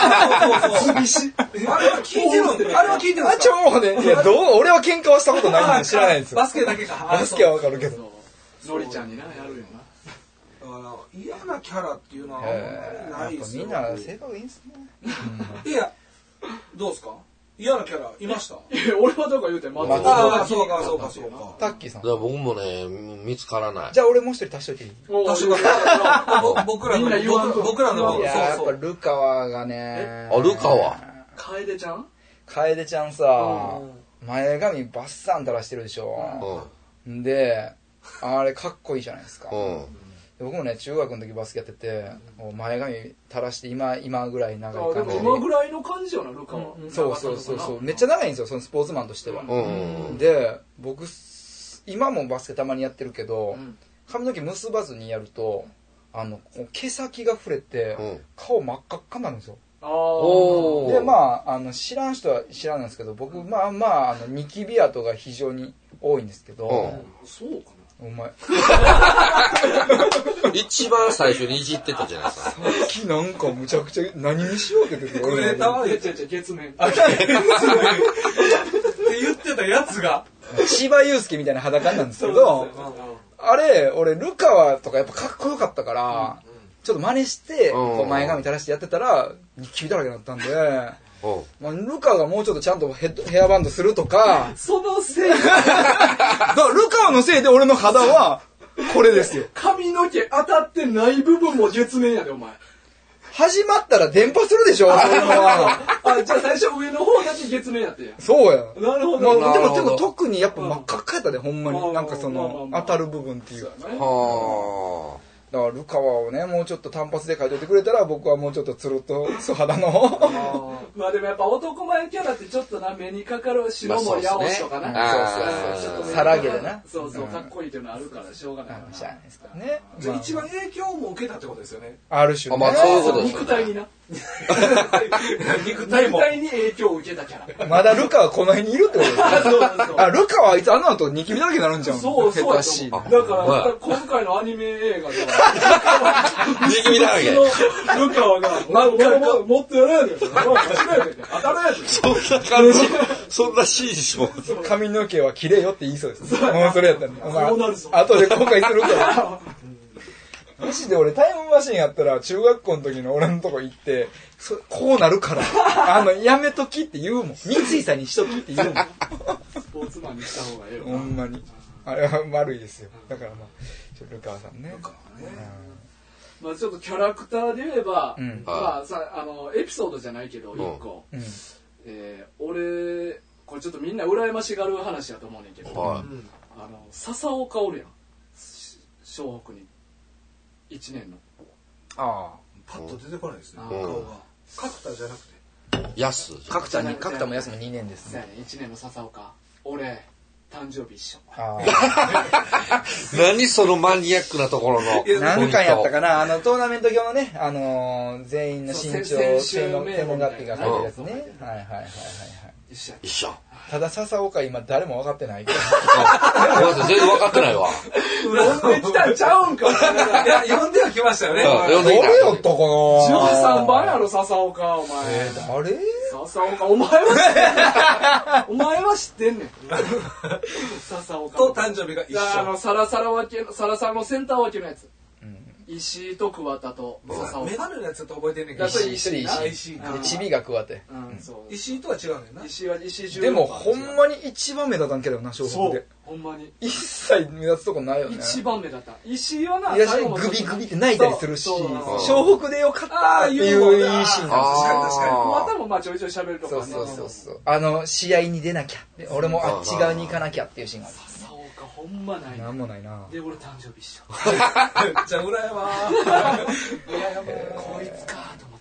あれは聞いてるんで。あれは聞いてるんですか。 いや俺は喧嘩はしたことないんで知らないですよ。 バスケだけか。 バスケはわかるけど。 のりちゃんになやるよな。 嫌なキャラっていうのはあんまりないですよ。 みんな性格いいんすね。 いやどうですか。嫌なキャラいました。 俺はだから言うてそうか。 タッキーさん。 僕もね見つからない。 じゃあ俺もう一人足しといていい？ 足しといて。僕らのやっぱルカワがね。 ルカワ。 楓ちゃんさ、前髪バッサン垂らしてるでしょ。で、あれかっこいいじゃないですか。僕もね中学の時バスケやってて前髪垂らして今ぐらい長い感じで。 今ぐらいの感じよなルカは。 そうめっちゃ長いんですよそのスポーツマンとしては。で僕今もバスケたまにやってるけど髪の毛結ばずにやると毛先が触れて顔真っ赤っかになるんですよ。で知らん人は知らないんですけど僕ニキビ跡が非常に多いんですけど。 そうかな。 お前一番最初にいじってたじゃないですか。 さっきなんかむちゃくちゃ何にしようって言ってくれた月面って言ってたやつが千葉雄介みたいな裸なんですけど、あれ俺ルカワとかやっぱかっこよかったからちょっと真似して、こう前髪垂らしてやってたら、ニキビだらけになったんで、まあ、ルカがもうちょっとちゃんとヘアバンドするとか。 そのせいだからルカのせいで俺の肌は、これですよ。 髪の毛当たってない部分も月面やで、お前。 始まったら伝播するでしょ、そういうのは。 じゃあ最初上の方だけ月面やってんや。 そうや。 なるほど。 まあ、でも特にやっぱ真っ赤っかやったで、ほんまに。なんかその、当たる部分っていう。はあ。だからルカワをね、もうちょっと単発で書いといてくれたら、僕はもうちょっとつるっと素肌の。 まあでもやっぱ男前キャラってちょっとな、目にかかる白森青しとかな。 そう。さらげでな。 そうそう、かっこいいっていうのはあるからしょうがない。 しゃあないですからね。 じゃあ一番影響も受けたってことですよね。 ある種ね。 まあそういうこと肉体にな。 肉体に影響を受けたキャラ。まだルカはこの辺にいるってことですか？ルカはあいつあの後ニキビだらけになるんじゃん。 そう。だから今回のアニメ映画では、 ニキビだらけ。 ルカワが、もっとやらないで。当たらないで。 そんな感じ。そんな指示も。 髪の毛は綺麗よって言いそうです。もうそれやったら。 そうなるぞ。 後で後悔するから。もしで俺タイムマシンやったら中学校の時の俺のとこ行ってこうなるからやめときって言うもん。三井さんにしときって言うもん。 スポーツマンにした方がええよ。 ほんまにあれは悪いですよ。だからまあルカワさんね。 まあちょっとキャラクターで言えば、まあさエピソードじゃないけど一個、俺これちょっとみんな羨ましがる話やと思うねんけど、笹岡おるやん、湘北に1年の。 パッと出てこないですね、顔が。角田じゃなくてヤス。 角田もヤスも2年ですね。 1年の笹岡。俺誕生日一緒。 何そのマニアックなところの。 何回やったかな、トーナメント表のね、全員の身長、専門学校が書いてるやつね。はい一緒。 ただ笹岡今誰も分かってない。全然分かってないわ。 呼んできたんちゃうんか。 いや、呼んでは来ましたよね。 呼んできた。誰やったかな。 13番やろ、笹岡、お前。 誰？ 笹岡、お前は知ってんねん。笹岡。 と誕生日が一緒。 サラサラのセンター分けのやつ。石井と桑田と笹岡。 メガネのやつと覚えてんねんけど。 石井。チビが桑田。 石井とは違うねんな。 石井でもほんまに一番目立たんけどな、湘北で。 ほんまに。 一切目立つとこないよね。 一番目立った。石井はな、 グビグビって泣いたりするし、湘北でよかったっていういいシーンなんですよ。 確かに。桑田もまあちょいちょい喋るとかね。 そう。試合に出なきゃ。俺もあっち側に行かなきゃっていうシーンがある。 ほんまない。 なんもないな。 で、俺誕生日一緒。 じゃあ、羨まこいつかと思って。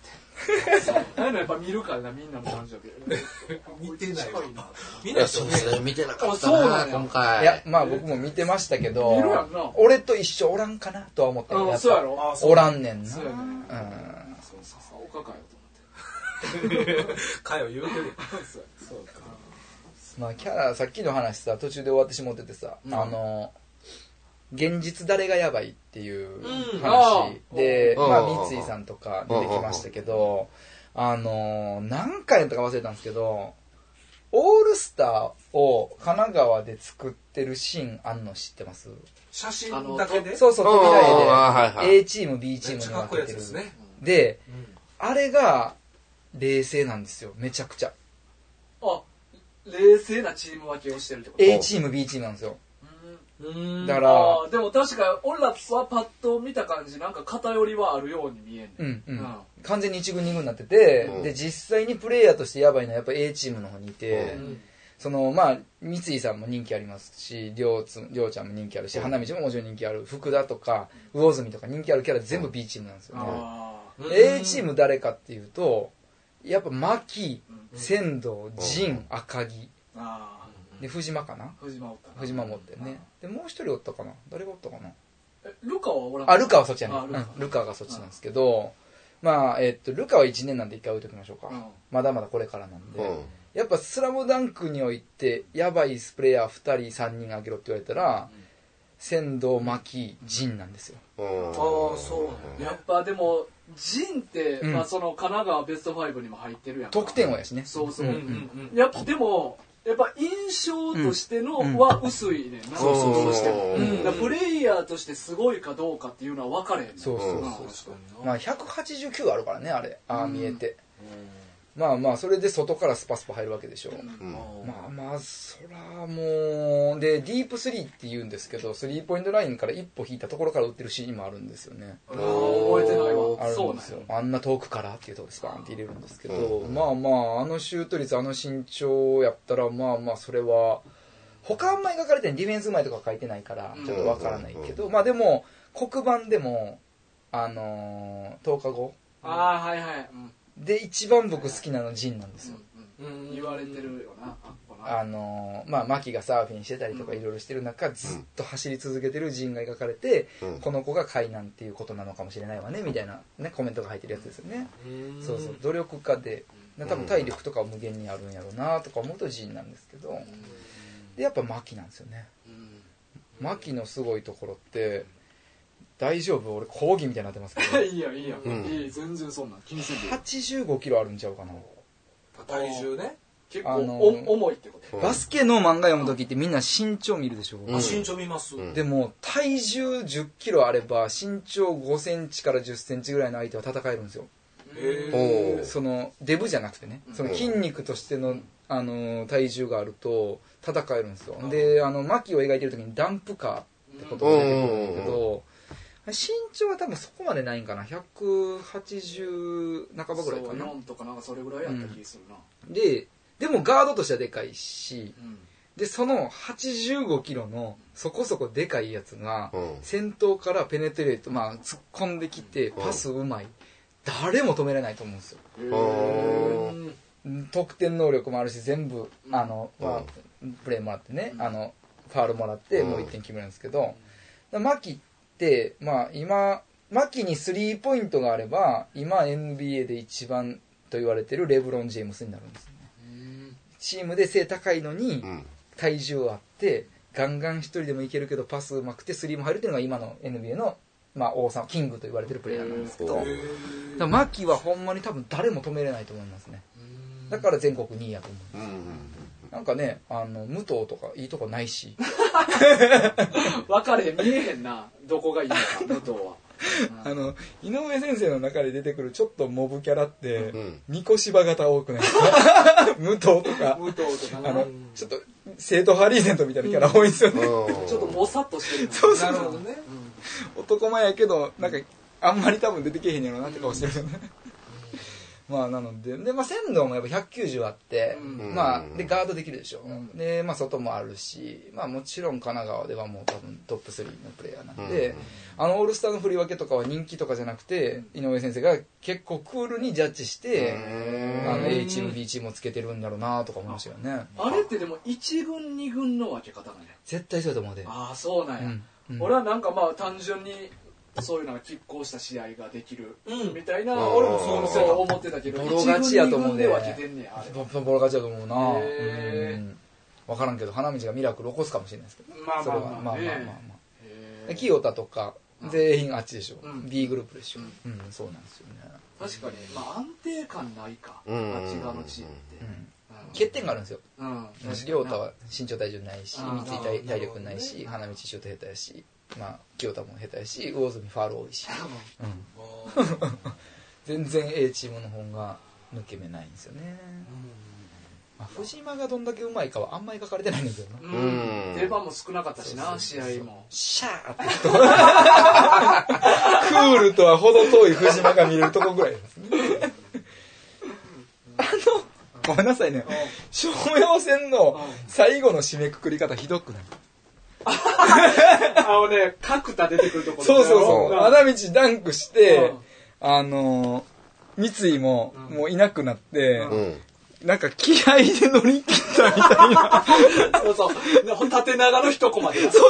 ああいうのやっぱ見るからな、みんなの誕生日。 見てないわ。 いや、そうですね、見てなかったな、今回。 いや、まあ僕も見てましたけど、俺と一緒おらんかなとは思ったけど、 そうやろ。 おらんねんな。 そうやね。笹岡かよと思って。 かよ言うてる。 そうか。 まあキャラさっきの話さ途中で終わってしもっててさ、現実誰がやばいっていう話で、まあ三井さんとか出てきましたけど、何回やったか忘れたんですけど、オールスターを神奈川で作ってるシーンあんの知ってます？ 写真だけで？ そうそう、扉絵で A チーム B チームに分けてる。で、あれが冷静なんですよ、めちゃくちゃ。 冷静なチーム分けをしてるってこと？ A チーム B チームなんですよ。だからでも確か俺らはパッと見た感じなんか偏りはあるように見えんね。 完全に1軍2軍になってて、で実際にプレイヤーとしてやばいのはやっぱ A チームの方にいて、そのまあ三井さんも人気ありますし、りょうちゃんも人気あるし、花道ももちろん人気ある、福田とか魚住とか人気あるキャラ全部 B チームなんですよね。A チーム誰かっていうとやっぱ牧、仙道、陣、赤木で藤間かな。藤間もおってね。でもう一人おったかな。誰がおったかな。 ルカはおらん。 ルカはそっちやね。ルカがそっちなんですけど、まあルカは1年なんで一回置いときましょうか。まだまだこれからなんで。やっぱスラムダンクにおいてやばいスプレーヤー2人3人挙げろって言われたら、仙道、牧、陣なんですよ。 そうやっぱでも陣って、まあその神奈川ベスト5にも入ってるやん。 得点王やしね。 そう。やっぱでもやっぱ印象としてのは薄いねんな。そうそうそう。プレイヤーとしてすごいかどうかっていうのは分かれへん。 そうそうそう。まあ189あるからね、あれ。ああ見えて。まあまあ、それで外からスパスパ入るわけでしょ。まあまあ、そらもう、で、ディープスリーって言うんですけど、スリーポイントラインから一歩引いたところから打ってるシーンもあるんですよね。 覚えてないわ。 あるんですよ。あんな遠くからっていうところでスパーンって入れるんですけど、まあまあ、あのシュート率、あの身長やったら、まあまあ、それは、他あんまり書かれてない、ディフェンスうまいとか書いてないから、ちょっとわからないけど、まあでも、黒板でも、10日後。 ああ、はいはい。 で、一番僕好きなのジンなんですよ。 言われてるよな。 まあ、マキがサーフィンしてたりとかいろいろしてる中、ずっと走り続けてるジンが描かれて、この子が海難っていうことなのかもしれないわね、みたいなね、コメントが入ってるやつですよね。そうそう、努力家で、多分体力とかは無限にあるんやろうなとか思うとジンなんですけど、で、やっぱマキなんですよね。マキのすごいところって、大丈夫？俺講義みたいになってますけど。 いいや、いいや。いい、全然そんな気にせんでいい。 85キロあるんちゃうかな。 体重ね。 結構重いってこと。 バスケの漫画読むときってみんな身長見るでしょ。 身長見ます。 でも体重10キロあれば身長5センチから10センチぐらいの相手は戦えるんですよ。そのデブじゃなくてね、その筋肉としての体重があると戦えるんですよ。で、マキを描いてるときにダンプカーってことが出てくるんだけど。身長は多分そこまでないんかな。180半ばぐらいかな。 4とかなんかそれぐらいやった気するな。 でもガードとしてはでかいし、で、その85キロのそこそこでかいやつが、先頭からペネトレート、まあ突っ込んできて、パスうまい。誰も止めれないと思うんですよ。得点能力もあるし、全部、プレーもらってね、ファールもらって、もう1点決めるんですけど、マキで、まあ今、マキにスリーポイントがあれば、今 NBA で一番と言われてるレブロン・ジェームスになるんですよね。チームで背高いのに、体重あって、ガンガン一人でもいけるけどパスうまくてスリーも入るっていうのが今の NBA の、まあ王様、キングと言われてるプレイヤーなんですけど、マキはほんまに多分誰も止めれないと思いますね。だから全国2位やと思うんです。なんかね、武藤とかいいとこないし。 分かれへん、見えへんな、どこがいいのか、武藤は。 井上先生の中で出てくるちょっとモブキャラって、ニコシバ型多くないですか？武藤とか。ちょっと、生徒ハリーゼントみたいなキャラ多いんですよね。 ちょっともさっとしてる。 そうそう。なるほどね。男前やけど、なんか、あんまり多分出てけへんやろなって顔してるよね。まあなので、まあ仙道もやっぱ190あって、まあでガードできるでしょ。で、まあ外もあるし、まあもちろん神奈川ではもう多分トップ3のプレイヤーなんで、オールスターの振り分けとかは人気とかじゃなくて、井上先生が結構クールにジャッジして、A チーム B チームをつけてるんだろうなとか思いましたよね。 あれってでも1軍2軍の分け方がね。 絶対そうだと思うで。 ああ、そうなんや。俺はなんかまあ単純に、そういうのが拮抗した試合ができるみたいな、俺もそう思ってたけど、 ボロ勝ちやと思うね。 ボロ勝ちやと思うな。分からんけど花道がミラクル起こすかもしれないですけど、それはまあ清田とか全員あっちでしょ。B グループでしょ。そうなんですよね。 確かにまあ安定感ないか、あっち側のチームって。 欠点があるんですよ。亮太は身長体重ないし、三井体力ないし、花道シュート下手やし。まあ、清田も下手やし、魚住ファウル多いし。全然 A チームの方が抜け目ないんですよね。まあ、藤島がどんだけうまいかはあんまり書かれてないんですよね。出番も少なかったしな、試合も。 シャーってクールとは程遠い藤島が見れるとこぐらいですね。ごめんなさいね。商用戦の最後の締めくくり方ひどくない？ 角田出てくるところ。 そうそう。穴道ダンクして、三井ももういなくなって、なんか気合で乗り切ったみたいな。 そうそう。縦長の一コマで。 そう。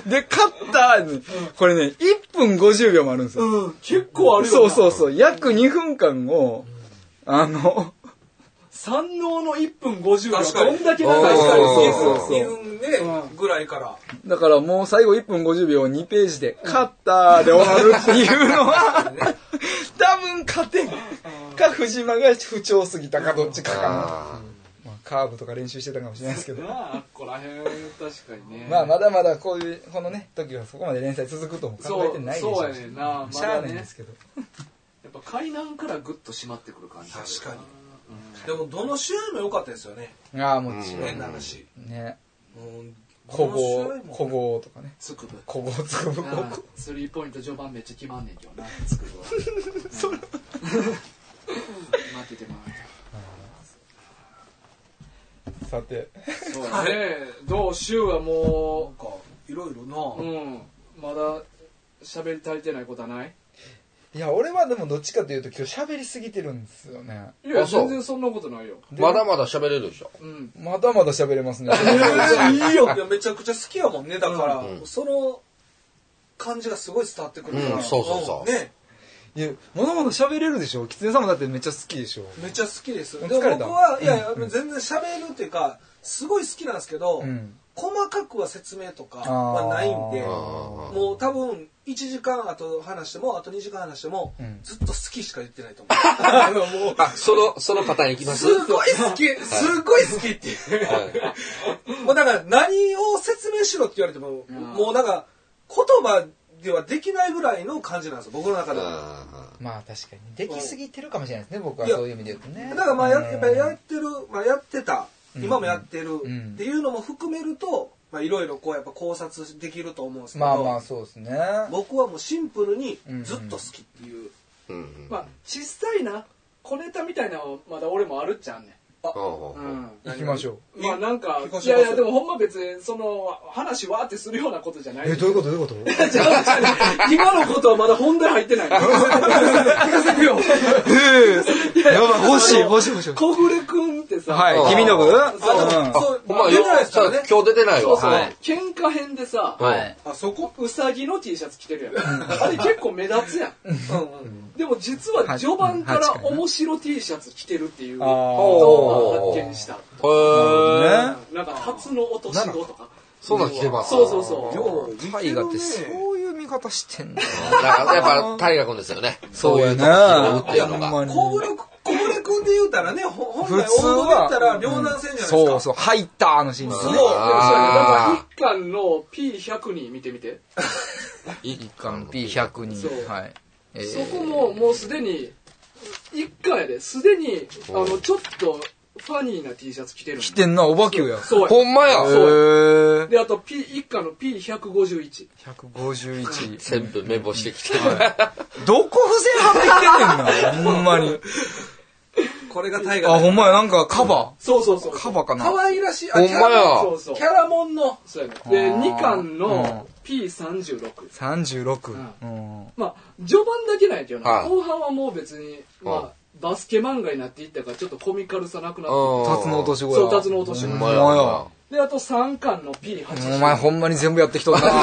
で、勝ったこれね、1分50秒もあるんですよ。 結構あるよ。 そう。約2分間を、 山王の1分50秒。どんだけ長いか。 2分でぐらいから。 だからもう最後1分50秒2ページで、勝ったで終わるっていうのは、多分勝てんか藤間が不調すぎたかどっちかかな。 カーブとか練習してたかもしれないですけど。 ここら辺、確かにね。 まあ、まだまだこういう、このね、時はそこまで連載続くとも考えてないでしょうし。 そうやねんな。まだね。 しゃあないんですけど。 やっぱ海南からグッと締まってくる感じ。 確かに。でも、どの試合も良かったですよね。 ああ、もちろん。 変な話。 ね。古豪とかね。 つくぶ。 古豪つくぶ。 スリーポイント序盤めっちゃ決まんねんけどな、つくぶは。それ。待っててもらって。 さて。 そうだね。どう週はもう、なんか、いろいろな。 うん。まだ喋り足りてないことはない？ いや、俺はでもどっちかというと今日喋りすぎてるんですよね。 いや、全然そんなことないよ。 まだまだ喋れるでしょ。 うん。 まだまだ喋れますね。 いいよ。いや、めちゃくちゃ好きやもんね。だから、その感じがすごい伝わってくるから。 そうそうそう。 ね。いや、まだまだ喋れるでしょ。キツネさんもだってめっちゃ好きでしょ。 めっちゃ好きです。でも僕は、いやいや、全然喋るっていうか、すごい好きなんですけど、細かくは説明とかはないんで、もう多分1時間あと話しても、あと2時間話しても、ずっと好きしか言ってないと思う。 そのパターンいきます？ すごい好き、すごい好きっていう。もうだから何を説明しろって言われても、もうなんか言葉ではできないぐらいの感じなんですよ、僕の中では。 まあ確かに。できすぎてるかもしれないですね、僕はそういう意味で言うとね。 だからまあやっぱりやってる、やってた。今もやってるっていうのも含めると、いろいろこうやっぱ考察できると思うんですけど、 まあまあそうですね。 僕はもうシンプルにずっと好きっていう。 まあ小さいな小ネタみたいなのまだ俺もあるっちゃんねん。 行きましょう。まあなんか、いやいやでもほんま別にその話わーってするようなことじゃない。 どういうことどういうこと今のことはまだ本題入ってない。聞かせてよ。 やばい、欲しい。 小暮くんってさ。 はい、君の部？ そう、出てないですからね。 今日出てないわ。 そう。喧嘩編でさ、 そこうさぎの T シャツ着てるやん。あれ結構目立つやん。でも実は序盤から面白 T シャツ着てるっていう。発見した。なんか、初の落とし子とか。 そうなん着てます。 そう。 大河ってそういう見方してんだ。 やっぱ大河君ですよね。 そうやね。 小暮君で言うたらね、本来王道で言ったら両南戦じゃないですか。 そう、入ったあのシーンですね。 だから一巻の P100 人見てみて。 一巻 P100 人。はい。 そこももうすでに、一巻やで、すでに、ちょっと、ファニーな T シャツ着てる。 着てんな、おばきゅうや。 そうや。 ほんまや。 そうや。で、あと、一巻の P151。 151。 全部メモしてきてる。 どこ付箋貼ってきてんねんな、ほんまに。 これがタイガー。 あ、ほんまや、なんかカバー。そう。 カバーかな。 可愛らしい。 ほんまや。 そう。キャラモンの。そうやね。で、2巻の P36。 36。 まあ、序盤だけなんやけどな。後半はもう別に、まあ、バスケ漫画になっていったからちょっとコミカルさなくなってタツの落とし子や。 そう、タツの落とし子。で、あと3巻の P80。 お前ほんまに全部やってきとんな。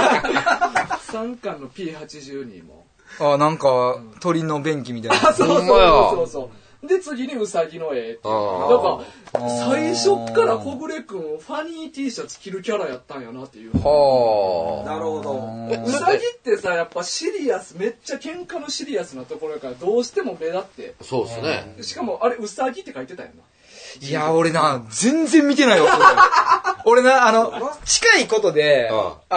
3巻の P82 も。 あ、なんか、鳥の便器みたいな。 そう。で、次にウサギの絵っていう。なんか、最初から小暮くん、ファニー T シャツ着るキャラやったんやなっていう。 はあ。なるほど。 ウサギってさ、やっぱシリアス、めっちゃ喧嘩のシリアスなところやから、どうしても目立って。 そうですね。 しかも、あれ、ウサギって書いてたよな。 いや、俺な、全然見てないわ。俺な、近いことで、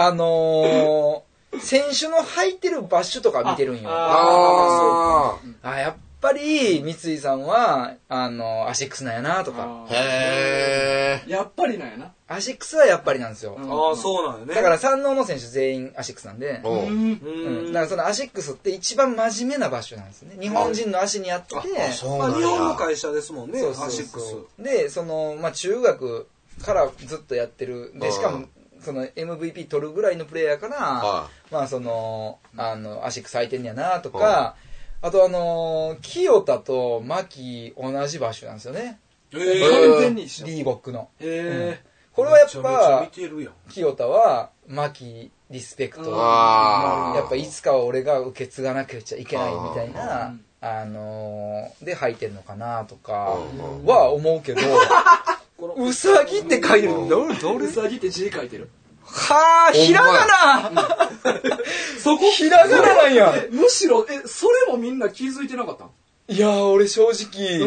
選手の履いてるバッシュとか見てるんよ。やっぱり、三井さんは、アシックスなんやなとか。 へー。やっぱりなんやな。 アシックスはやっぱりなんですよ。 ああ、そうなんよね。 だから山王の選手全員アシックスなんで、だからそのアシックスって一番真面目なバッシュなんですね。日本人の足にあって、 日本の会社ですもんね、アシックス。 で、中学からずっとやってる。で、しかも、MVP 取るぐらいのプレイヤーから、アシックス履いてんやなとか、あと清田と牧同じバッシュなんですよね。 完全に一緒。 リーボックの。これはやっぱ、清田は牧リスペクト。やっぱいつかは俺が受け継がなきゃいけないみたいな、で履いてるのかなとかは思うけど、うさぎって書いてる。 うさぎって字書いてる。 はぁ、ひらがなそこひらがななんや。 むしろ、それもみんな気づいてなかったん？ いやー、俺正直、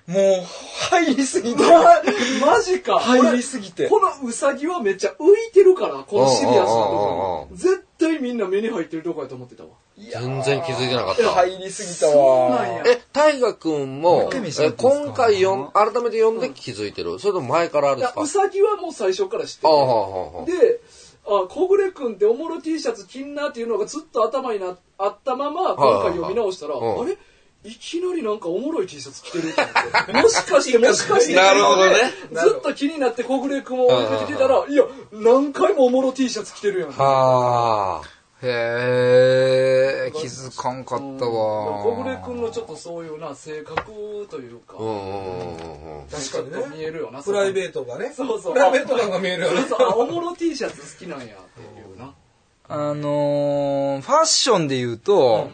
もう、入りすぎて。 マジか。 入りすぎて。 このウサギはめっちゃ浮いてるから、このシリアスなところ。絶対みんな目に入ってるとこやと思ってたわ。 全然気づいてなかった。 入りすぎたわ。 大河君も、今回改めて読んで気づいてる。それとも前からあるんですか？ ウサギはもう最初から知ってて。で、小暮君っておもろ T シャツ着んなっていうのがずっと頭にあったまま、今回読み直したら、あれいきなりなんかおもろい T シャツ着てるって思って。もしかして。 なるほどね。 ずっと気になって小暮君を追いかけてたら、いや、何回もおもろ T シャツ着てるやん。 はぁ。へー、気づかんかったわ。 小暮君のちょっとそういうな、性格というか。 確かにね。 見えるよな。 プライベートがね。 そうそう。 プライベート感が見えるよね。 おもろ T シャツ好きなんやっていうな。 ファッションで言うと、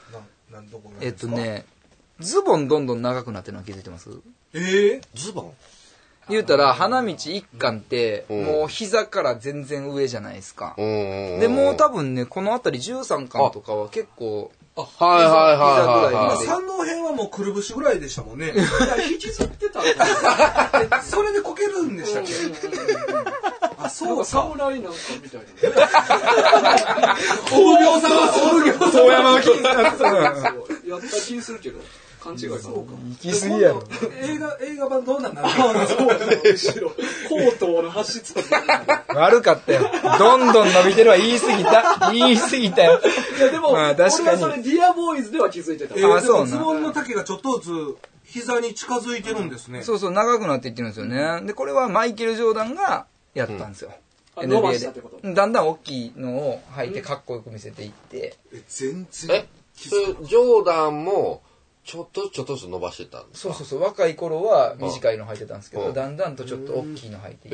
ズボンどんどん長くなってるのは気づいてます？ ズボン言うたら、花道一巻って、もう膝から全然上じゃないですか。で、もう多分ね、このあたり13巻とかは結構、 はいはいはい。 山王編はもうくるぶしぐらいでしたもんね。 引きずってたそれでこけるんでしたっけ？あ、そうか。 侍なんかみたいな。 大行さんは遠山の金やった気するけど。勘違いか。 行き過ぎやろ。 映画版どうなんだろう。 そうだ、むしろ。高等の発出悪かったよ。どんどん伸びてるは言い過ぎた。言い過ぎたよ。 いやでも、俺はそれディアボーイズでは気づいてた。 そうズボンの丈がちょっとずつ膝に近づいてるんですね。 そうそう、長くなっていってるんですよね。で、これはマイケル・ジョーダンがやったんですよ。 伸ばしたってこと？ だんだん大きいのを履いてかっこよく見せていって。 全然。 ジョーダンも、ちょっとずつ伸ばしてたんですか？ そう。若い頃は短いの履いてたんですけど、だんだんとちょっと大きいの履いていって。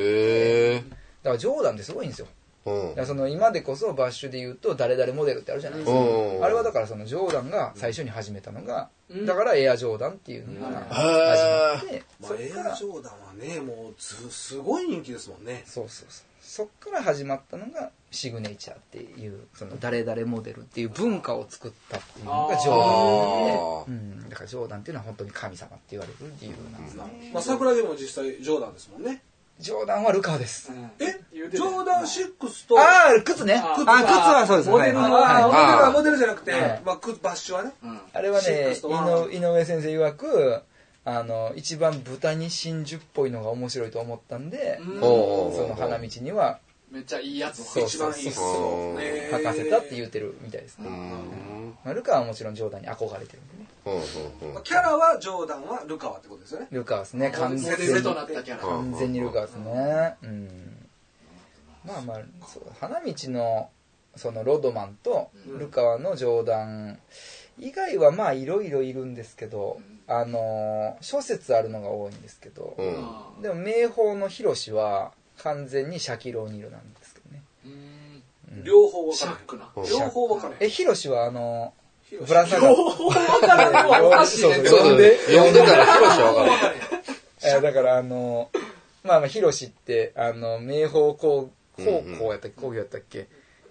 だからジョーダンってすごいんですよ。だからその今でこそバッシュで言うと誰々モデルってあるじゃないですか。あれはだからそのジョーダンが最初に始めたのが、だからエアジョーダンっていうのが始まって、 エアジョーダンはね、もうすごい人気ですもんね。 そう。そっから始まったのがシグネチャーっていう、その誰々モデルっていう文化を作ったっていうのがジョーダンで、だからジョーダンっていうのは本当に神様って言われる理由なんですね。 まあ桜でも実際ジョーダンですもんね。 ジョーダンはルカーです。 ジョーダン6と。 靴ね。靴はそうです。 モデルじゃなくて、まあバッシュはね。 あれはね、井上先生曰く、一番豚に真珠っぽいのが面白いと思ったんで、その花道には、 めっちゃいいやつを一番いいっすよ。 書かせたって言ってるみたいですね。ルカはもちろんジョーダンに憧れてるんでね。 キャラはジョーダンはルカワってことですよね。 ルカワですね。完全にルカワですね。まあ花道のそのロドマンとルカワのジョーダン以外はまあいろいろいるんですけど、諸説あるのが多いんですけど、でも名宝のヒロシは完全にシャキローニルなんですけどね。 両方分かる。両方分かる。 ヒロシはブラサガ。 両方分かるのはおかしいね。 読んでたらヒロシは分かる。 だからヒロシって名宝工業やったっけ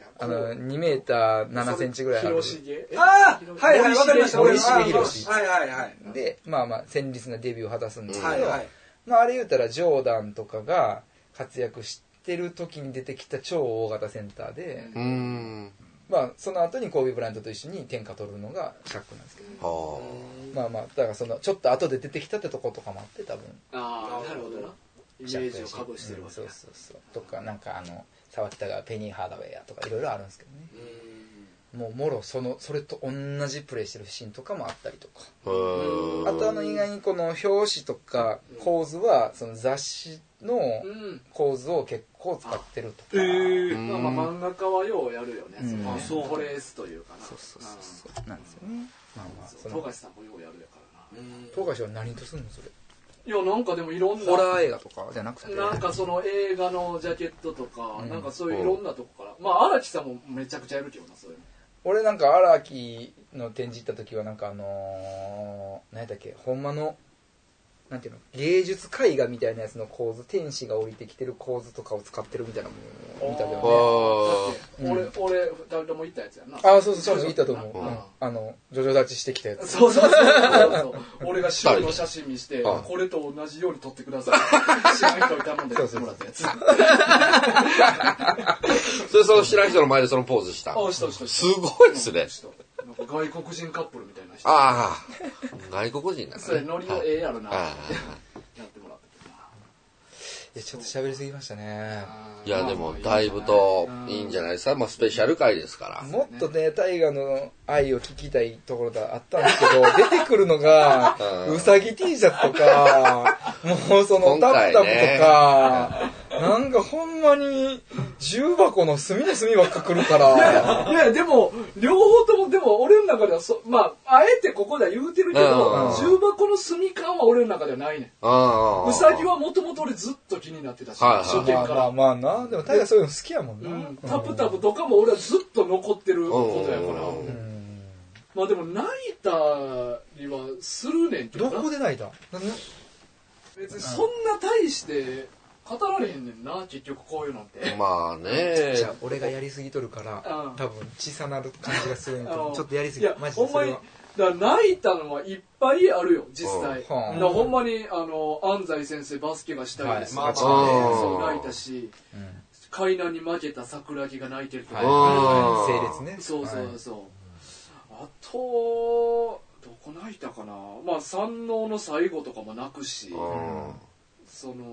2メーター7センチぐらいある。 広重。 はい、わかりました。 森重宏。 はい。 で、戦慄なデビューを果たすんですけど、あれ言うたらジョーダンとかが活躍してる時に出てきた超大型センターで、その後にコービー・ブライアントと一緒に天下取るのがシャックなんですけど、だからそのちょっと後で出てきたってとことかもあって多分。 なるほどな。イメージをかぶしてるわけ。 そう。とか沢北がペニー・ハーダウェイやとかいろいろあるんですけどね。もろそれと同じプレイしてるシーンとかもあったりとか。あと意外にこの表紙とか構図はその雑誌の構図を結構使ってるとか。 漫画家はようやるよね。トレースというかな。 そうなんですよね。 富樫さんもようやるやからな。 富樫は何とするのそれ？ いやなんかでもいろんなホラー映画とかじゃなくてなんかその映画のジャケットとかなんかそういういろんなとこから荒木さんもめちゃくちゃやるけどなそういうの。 俺なんか荒木の展示行った時は何やったっけほんまのなんていうの、芸術絵画みたいなやつの構図、天使が降りてきてる構図とかを使ってるみたいなものを見たけどね。だって俺誰でも言ったやつやな。 ああ、そうそう、言ったと思う。ジョジョ立ちしてきたやつ。 そう。俺が白の写真見して、これと同じように撮ってください。知らん人に頼んで撮ってもらったやつ。 その知らん人の前でそのポーズした。 した。 すごいですね。 なんか外国人カップルみたいな人。 ああ、外国人なんだね。それノリのええやろな。やってもらったけどな。 いや、ちょっと喋りすぎましたね。 いや、でも、だいぶといいんじゃないですか。まあ、スペシャル回ですから。 もっとね、大河の愛を聞きたいところがあったんですけど、出てくるのが、うさぎ T シャツとか、もうそのタプタプとか、なんかほんまに、重箱の隅の隅ばっか来るから。 いや、でも、両方とも、でも俺の中ではまあ、あえてここでは言うてるけど、重箱の隅感は俺の中ではないねん。うさぎはもともと俺ずっと気になってたし、初見から。 まあな、でも大河そういうの好きやもんな。 タプタプとかも俺はずっと残ってることやから。まあでも泣いたりはするねんけど。 どこで泣いた？ 別にそんな大して語られへんねんな、結局こういうのって。 まあね。 じゃあ俺がやりすぎとるから、多分小さなる感じがするんやけど、ちょっとやりすぎ。マジでそれは。 だから泣いたのはいっぱいあるよ、実際。だからほんまに安西先生バスケがしたいです。そう泣いたし、海南に負けた桜木が泣いてるとか。 整列ね。 そう。あと、どこ泣いたかな。まあ山王の最後とかも泣くし、そうやな。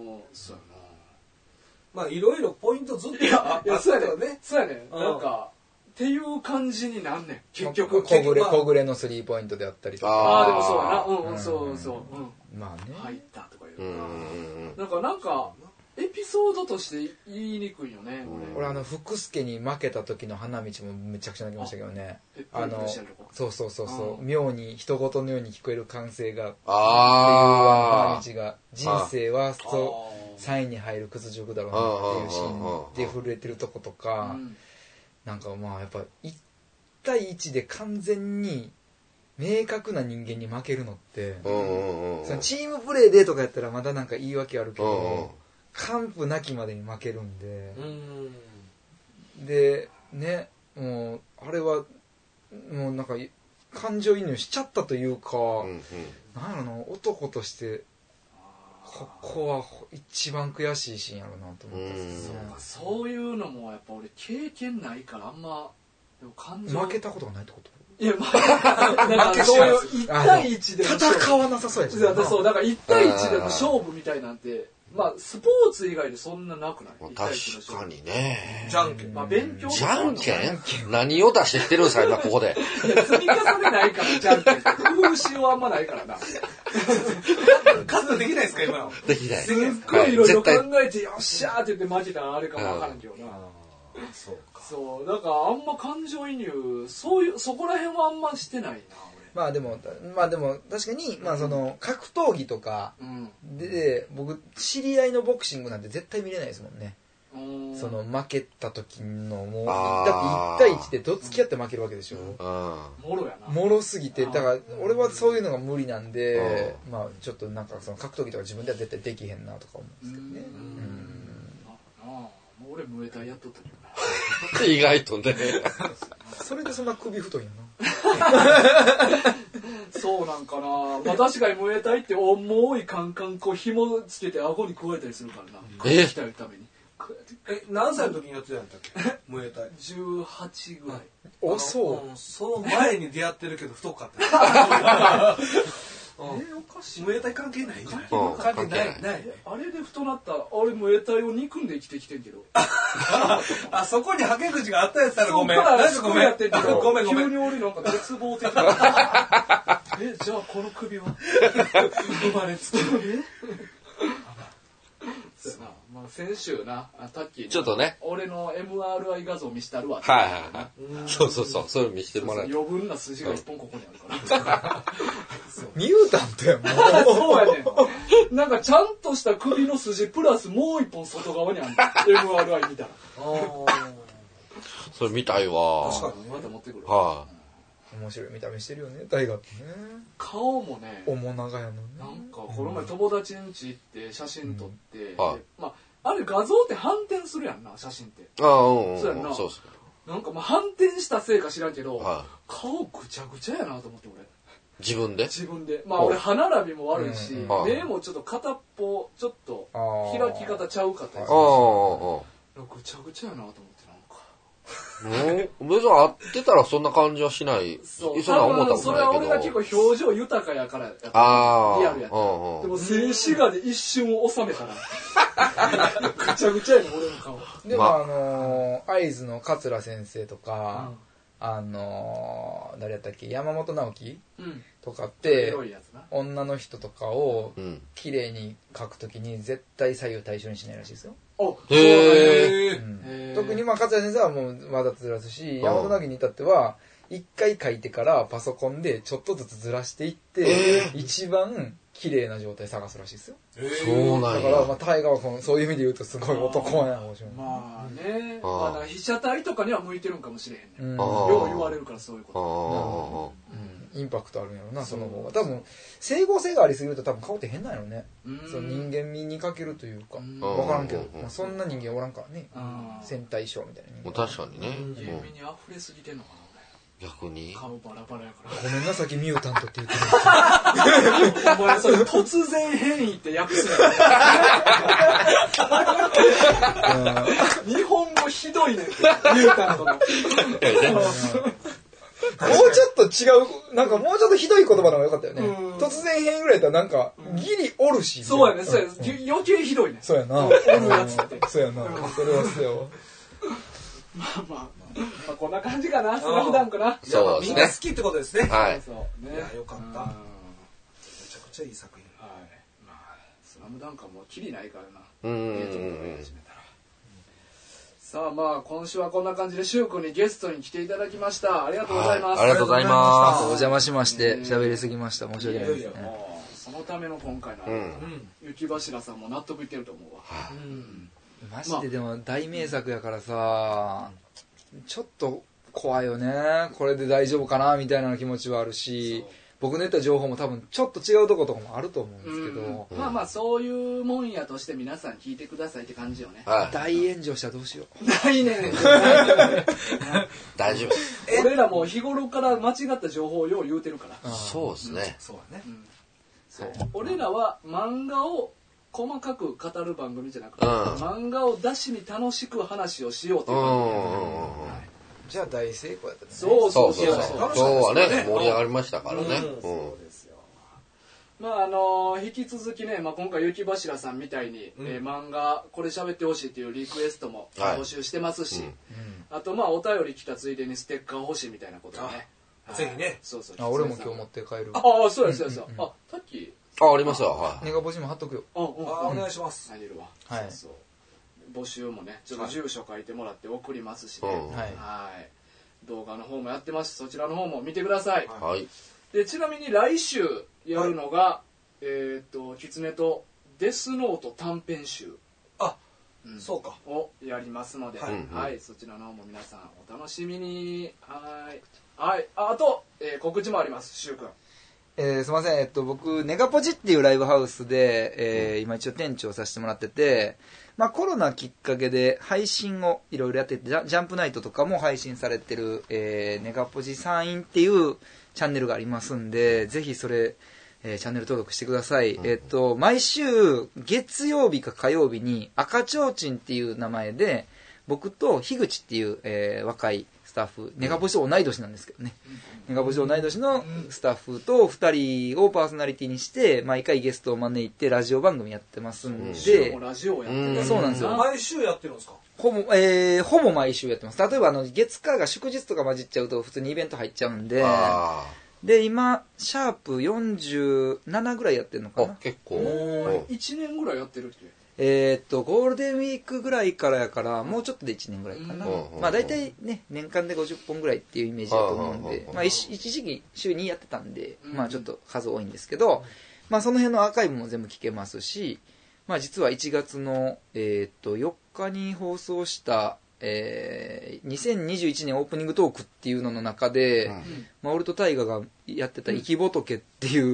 まあいろいろポイントずっとあったよね。そうやね。なんか、っていう感じになんねん。結局。 小暮のスリーポイントであったりとか。 ああ、でもそうやな。そう。 まあね。 入ったとかいうな。なんか、エピソードとして言いにくいよね。 俺福助に負けた時の花道もめちゃくちゃ泣きましたけどね。そう。妙に人事のように聞こえる歓声がっていう花道が、人生は3位に入る屈辱だろうなっていうシーンで震えてるとことか、なんかまあやっぱ1対1で完全に明確な人間に負けるのって、そのチームプレーでとかやったらまだなんか言い訳あるけど、完膚なきまでに負けるんで、でね、もうあれはもうなんか感情移入しちゃったというか、なんやろな、男としてここは一番悔しいシーンやろなと思ったんですけどね。 そういうのもやっぱ俺経験ないからあんまでも感情負けたことがないってこと？ いや、なんかそういう1対1で戦わなさそうやし。 そうだから1対1での勝負みたいなんて、まあスポーツ以外でそんななくない？ 確かにね。 じゃんけん。 まあ勉強。 じゃんけん？何を出してきてるんですか今ここで。 いや積み重ねないからじゃんけん。工夫しようあんまないからな。 カットできないですか今の？ できない。 すっごいいろいろ考えてよっしゃーって言って負けたらあれかもわからんけどな。そうだからあんま感情移入そこら辺はあんましてないな俺。 まあでも確かにまあその格闘技とかで僕知り合いのボクシングなんて絶対見れないですもんね。その負けた時のもうだって1対1でどつき合って負けるわけでしょ。 もろやな。 もろすぎてだから俺はそういうのが無理なんで、まあちょっとなんかその格闘技とか自分では絶対できへんなとか思うんですけどね。 俺ムエタイやっとったけどな。 意外とね。 それでそんな首太いんやな。そうなんかな。まあ確かにムエタイって重いカンカンこう紐つけて顎に加えたりするからな。鍛えるために。 何歳の時にやってたんだっけ？ムエタイ。 18ぐらい。 その前に出会ってるけど太かった。おかしい。ムエタイ関係ないんじゃない？関係ない。 あれで太なった俺ムエタイを憎んで生きてきてんけど。 あそこにはけ口があったやつだらごめん。 ごめんやってんけど。 ごめん。 急に俺なんか絶望的な。じゃあこの首は生まれつきのね。まあ先週なタッキーちょっとね俺の MRI 画像見してあるわ。 そうそれ見してもらう。 余分な筋が一本ここにあるから。 ミュータントやもん。 そうやねん。なんかちゃんとした首の筋プラスもう一本外側にある。MRI 見たら。 それ見たいわ。 確かにまた持ってくる。 面白い見た目してるよね、大河ってね。 顔もね、 面長やのね。 なんかこの前友達ん家行って写真撮って、まああれ画像って反転するやんな、写真って。そうやんな。なんかまあ反転したせいか知らんけど、顔ぐちゃぐちゃやなと思って俺。 自分で。 まあ俺歯並びも悪いし、目もちょっと片っぽちょっと開き方ちゃうかったりするし、ぐちゃぐちゃやなと思って。 別に合ってたらそんな感じはしない。 そんな思ったことないけど。それは俺が結構表情豊かやからやった。リアルやった。でも静止画で一瞬を収めたらぐちゃぐちゃやね俺の顔。 でも会津の桂先生とか、誰やったっけ、山本直樹とかって、女の人とかを綺麗に描くときに絶対左右対称にしないらしいですよ。特に桂先生はもうわざとずらすし、山本直樹に至っては一回描いてからパソコンでちょっとずつずらしていって、一番綺麗な状態探すらしいですよ。 そうなんや。 だから大河はそういう意味で言うとすごい男やな。 まあね、まあ被写体とかには向いてるんかもしれへんね。よう言われるからそういうこと。 インパクトあるんやろな、その方が。多分整合性がありすぎると多分顔って変なんやろね。その人間味に欠けるというか、分からんけど、そんな人間おらんからね。戦隊ショーみたいな。 確かにね。 人間味に溢れすぎてんのかな。 逆に顔バラバラやから。 ごめんなさっきミュータントって言ってる。 お前それ突然変異って訳すな。日本語ひどいねん。ミュータントの。もうちょっと違う、なんかもうちょっとひどい言葉の方が良かったよね。突然変異ぐらいだったらなんかギリおるし。 そうやね、そうや。余計ひどいね。 そうやな。 おるやつって。 そうやな。それはそうやわ。 まあこんな感じかな。スラムダンクな。 そうですね。 みんな好きってことですね。 はい。 そうね。 よかった。めちゃくちゃいい作品。 はい。まあスラムダンクはもうキリないからな。さあまあ今週はこんな感じでしゅうくんにゲストに来ていただきました。ありがとうございます。 ありがとうございます。 お邪魔しまして喋りすぎました。申し訳ないですね。 そのための今回の雪柱さんも納得いってると思うわ。 マジででも大名作やからさ、ちょっと怖いよね。これで大丈夫かなみたいな気持ちはあるし、僕の言った情報も多分ちょっと違うとことかもあると思うんですけど、 まあまあそういうもんやとして皆さん聞いてくださいって感じよね。 大炎上したらどうしよう。 ないね。 大丈夫。 俺らも日頃から間違った情報をよう言うてるから。 そうですね。 そうだね。 俺らは漫画を細かく語る番組じゃなくて、漫画を出しに楽しく話をしようという番組。 じゃあ大成功やったね。 そう。 今日はね、盛り上がりましたからね。 そうですよ。まあ引き続きね、まあ今回雪柱さんみたいに漫画これ喋ってほしいっていうリクエストも募集してますし、あとまあお便り来たついでにステッカー欲しいみたいなことね。 ぜひね。 そう。 俺も今日持って帰る。 そうです。あ、さっき。 ありますわ。 ネガポジも貼っとくよ。 お願いします。 入れるわ。 はい。 募集もね、ちょっと住所書いてもらって送りますしね。はい。動画の方もやってますし、そちらの方も見てください。 はい。 で、ちなみに来週やるのが、キツネとデスノート短編集。 そうか。 をやりますので、はい。そちらの方も皆さんお楽しみに。はい。あと、告知もあります、しゅうくん。 すいません、僕、ネガポジっていうライブハウスで、今一応店長させてもらってて、まあコロナきっかけで配信をいろいろやってて、ジャンプナイトとかも配信されてる、ネガポジサインっていうチャンネルがありますんで、ぜひそれ、チャンネル登録してください。毎週月曜日か火曜日に赤ちょうちんっていう名前で、僕と樋口っていう、若いスタッフ、ネガポジと同い年なんですけどね、ネガポジと同い年のスタッフと2人をパーソナリティにして毎回ゲストを招いてラジオ番組やってますんで、 ラジオやってる。 そうなんですよ。 毎週やってるんですか？ ほぼ毎週やってます。例えば月火が祝日とか混じっちゃうと普通にイベント入っちゃうんで、で今シャープ47ぐらいやってるのかな。 結構。 1年ぐらいやってるって。 ゴールデンウィークぐらいからやからもうちょっとで1年ぐらいかな。まあ大体ね年間で50本ぐらいっていうイメージだと思うんで、まあ一時期週2やってたんで、まあちょっと数多いんですけど、まあその辺のアーカイブも全部聞けますし、まあ実は1月の4日に放送した 2021年オープニングトークっていうのの中で、オルトタイガがやってた生き仏っていう、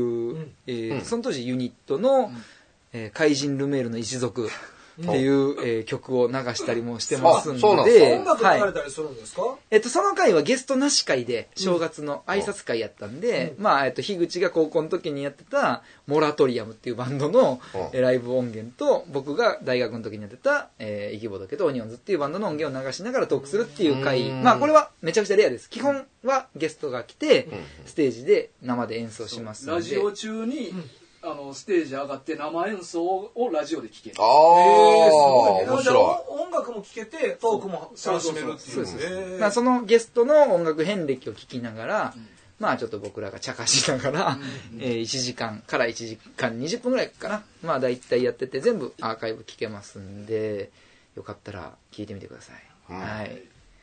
その当時ユニットの、怪人ルメールの一族っていう、曲を流したりもしてますんで、 音楽流れたりするんですか？ その回はゲストなし回で、正月の挨拶回やったんで、樋口が高校の時にやってた、モラトリアムっていうバンドの、ライブ音源と、僕が大学の時にやってた、生き仏とオニオンズっていうバンドの音源を流しながらトークするっていう回、これはめちゃくちゃレアです。基本はゲストが来て、ステージで生で演奏しますので。 ラジオ中に、ステージ上がって生演奏をラジオで聴ける。 すごいね。面白い。音楽も聴けてトークも楽しめるっていう。 そのゲストの音楽遍歴を聴きながら、ちょっと僕らが茶化しながら、1時間から1時間20分ぐらいかな。だいたいやってて、全部アーカイブ聴けますんで、よかったら聴いてみてください。はい。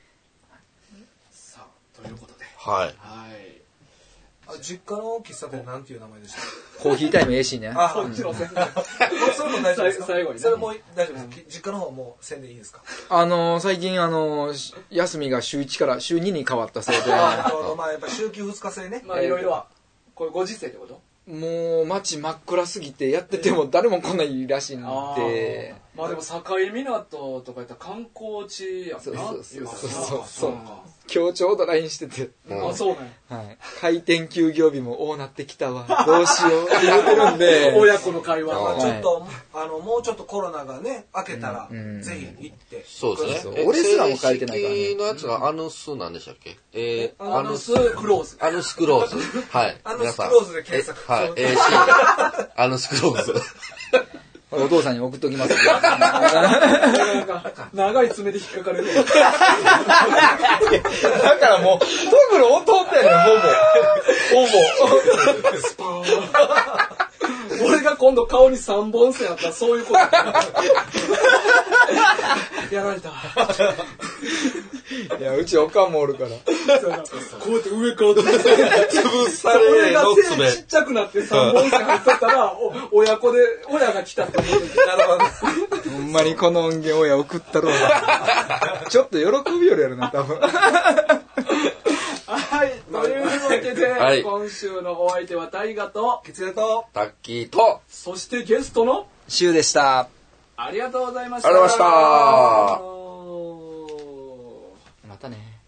さあ、ということで。 はい。 実家の喫茶店なんていう名前でした？ コーヒータイム AC ね。 もちろん。それも大丈夫ですか？最後に。それも大丈夫です。実家の方も宣伝いいですか？ 最近休みが週1から週2に変わったそうで。 やっぱ週休2日制ね。 いろいろは。これご時世ってこと？ もう街真っ暗すぎてやってても誰も来ないらしいんで。 でも境港とかいったら観光地やんな。 そう。今日ちょうど LINE してて。 そうね。 はい。開店休業日も多なってきたわ。どうしようって言ってるんで。 親子の会話。 ちょっともうちょっとコロナがね明けたらぜひ行って。 そうですね。 俺すらも書いてないからね。 のやつがアヌスなんでしたっけ？ アヌスクローズ。 アヌスクローズ。はい。 アヌスクローズで検索。 はい。アヌスクローズ。 お父さんに送っときます。 長い爪で引っかかれる。 だからもう、トグル弟やねん、ほぼ。 スパーン。俺が今度顔に3本線あったらそういうことやられた。 いや、うちおかんもおるから。こうやって上から潰されの爪。俺がちっちゃくなって3本線入っとったら、親が来たって思って。なるほど。ほんまにこの音源親送ったろうな。ちょっと喜びよるやろな、多分。 はい。というわけで、今週のお相手は大河と、 ケツヤと、 タッキーと、 そしてゲストの、 シュウでした。 ありがとうございました。 ありがとうございました。 またね。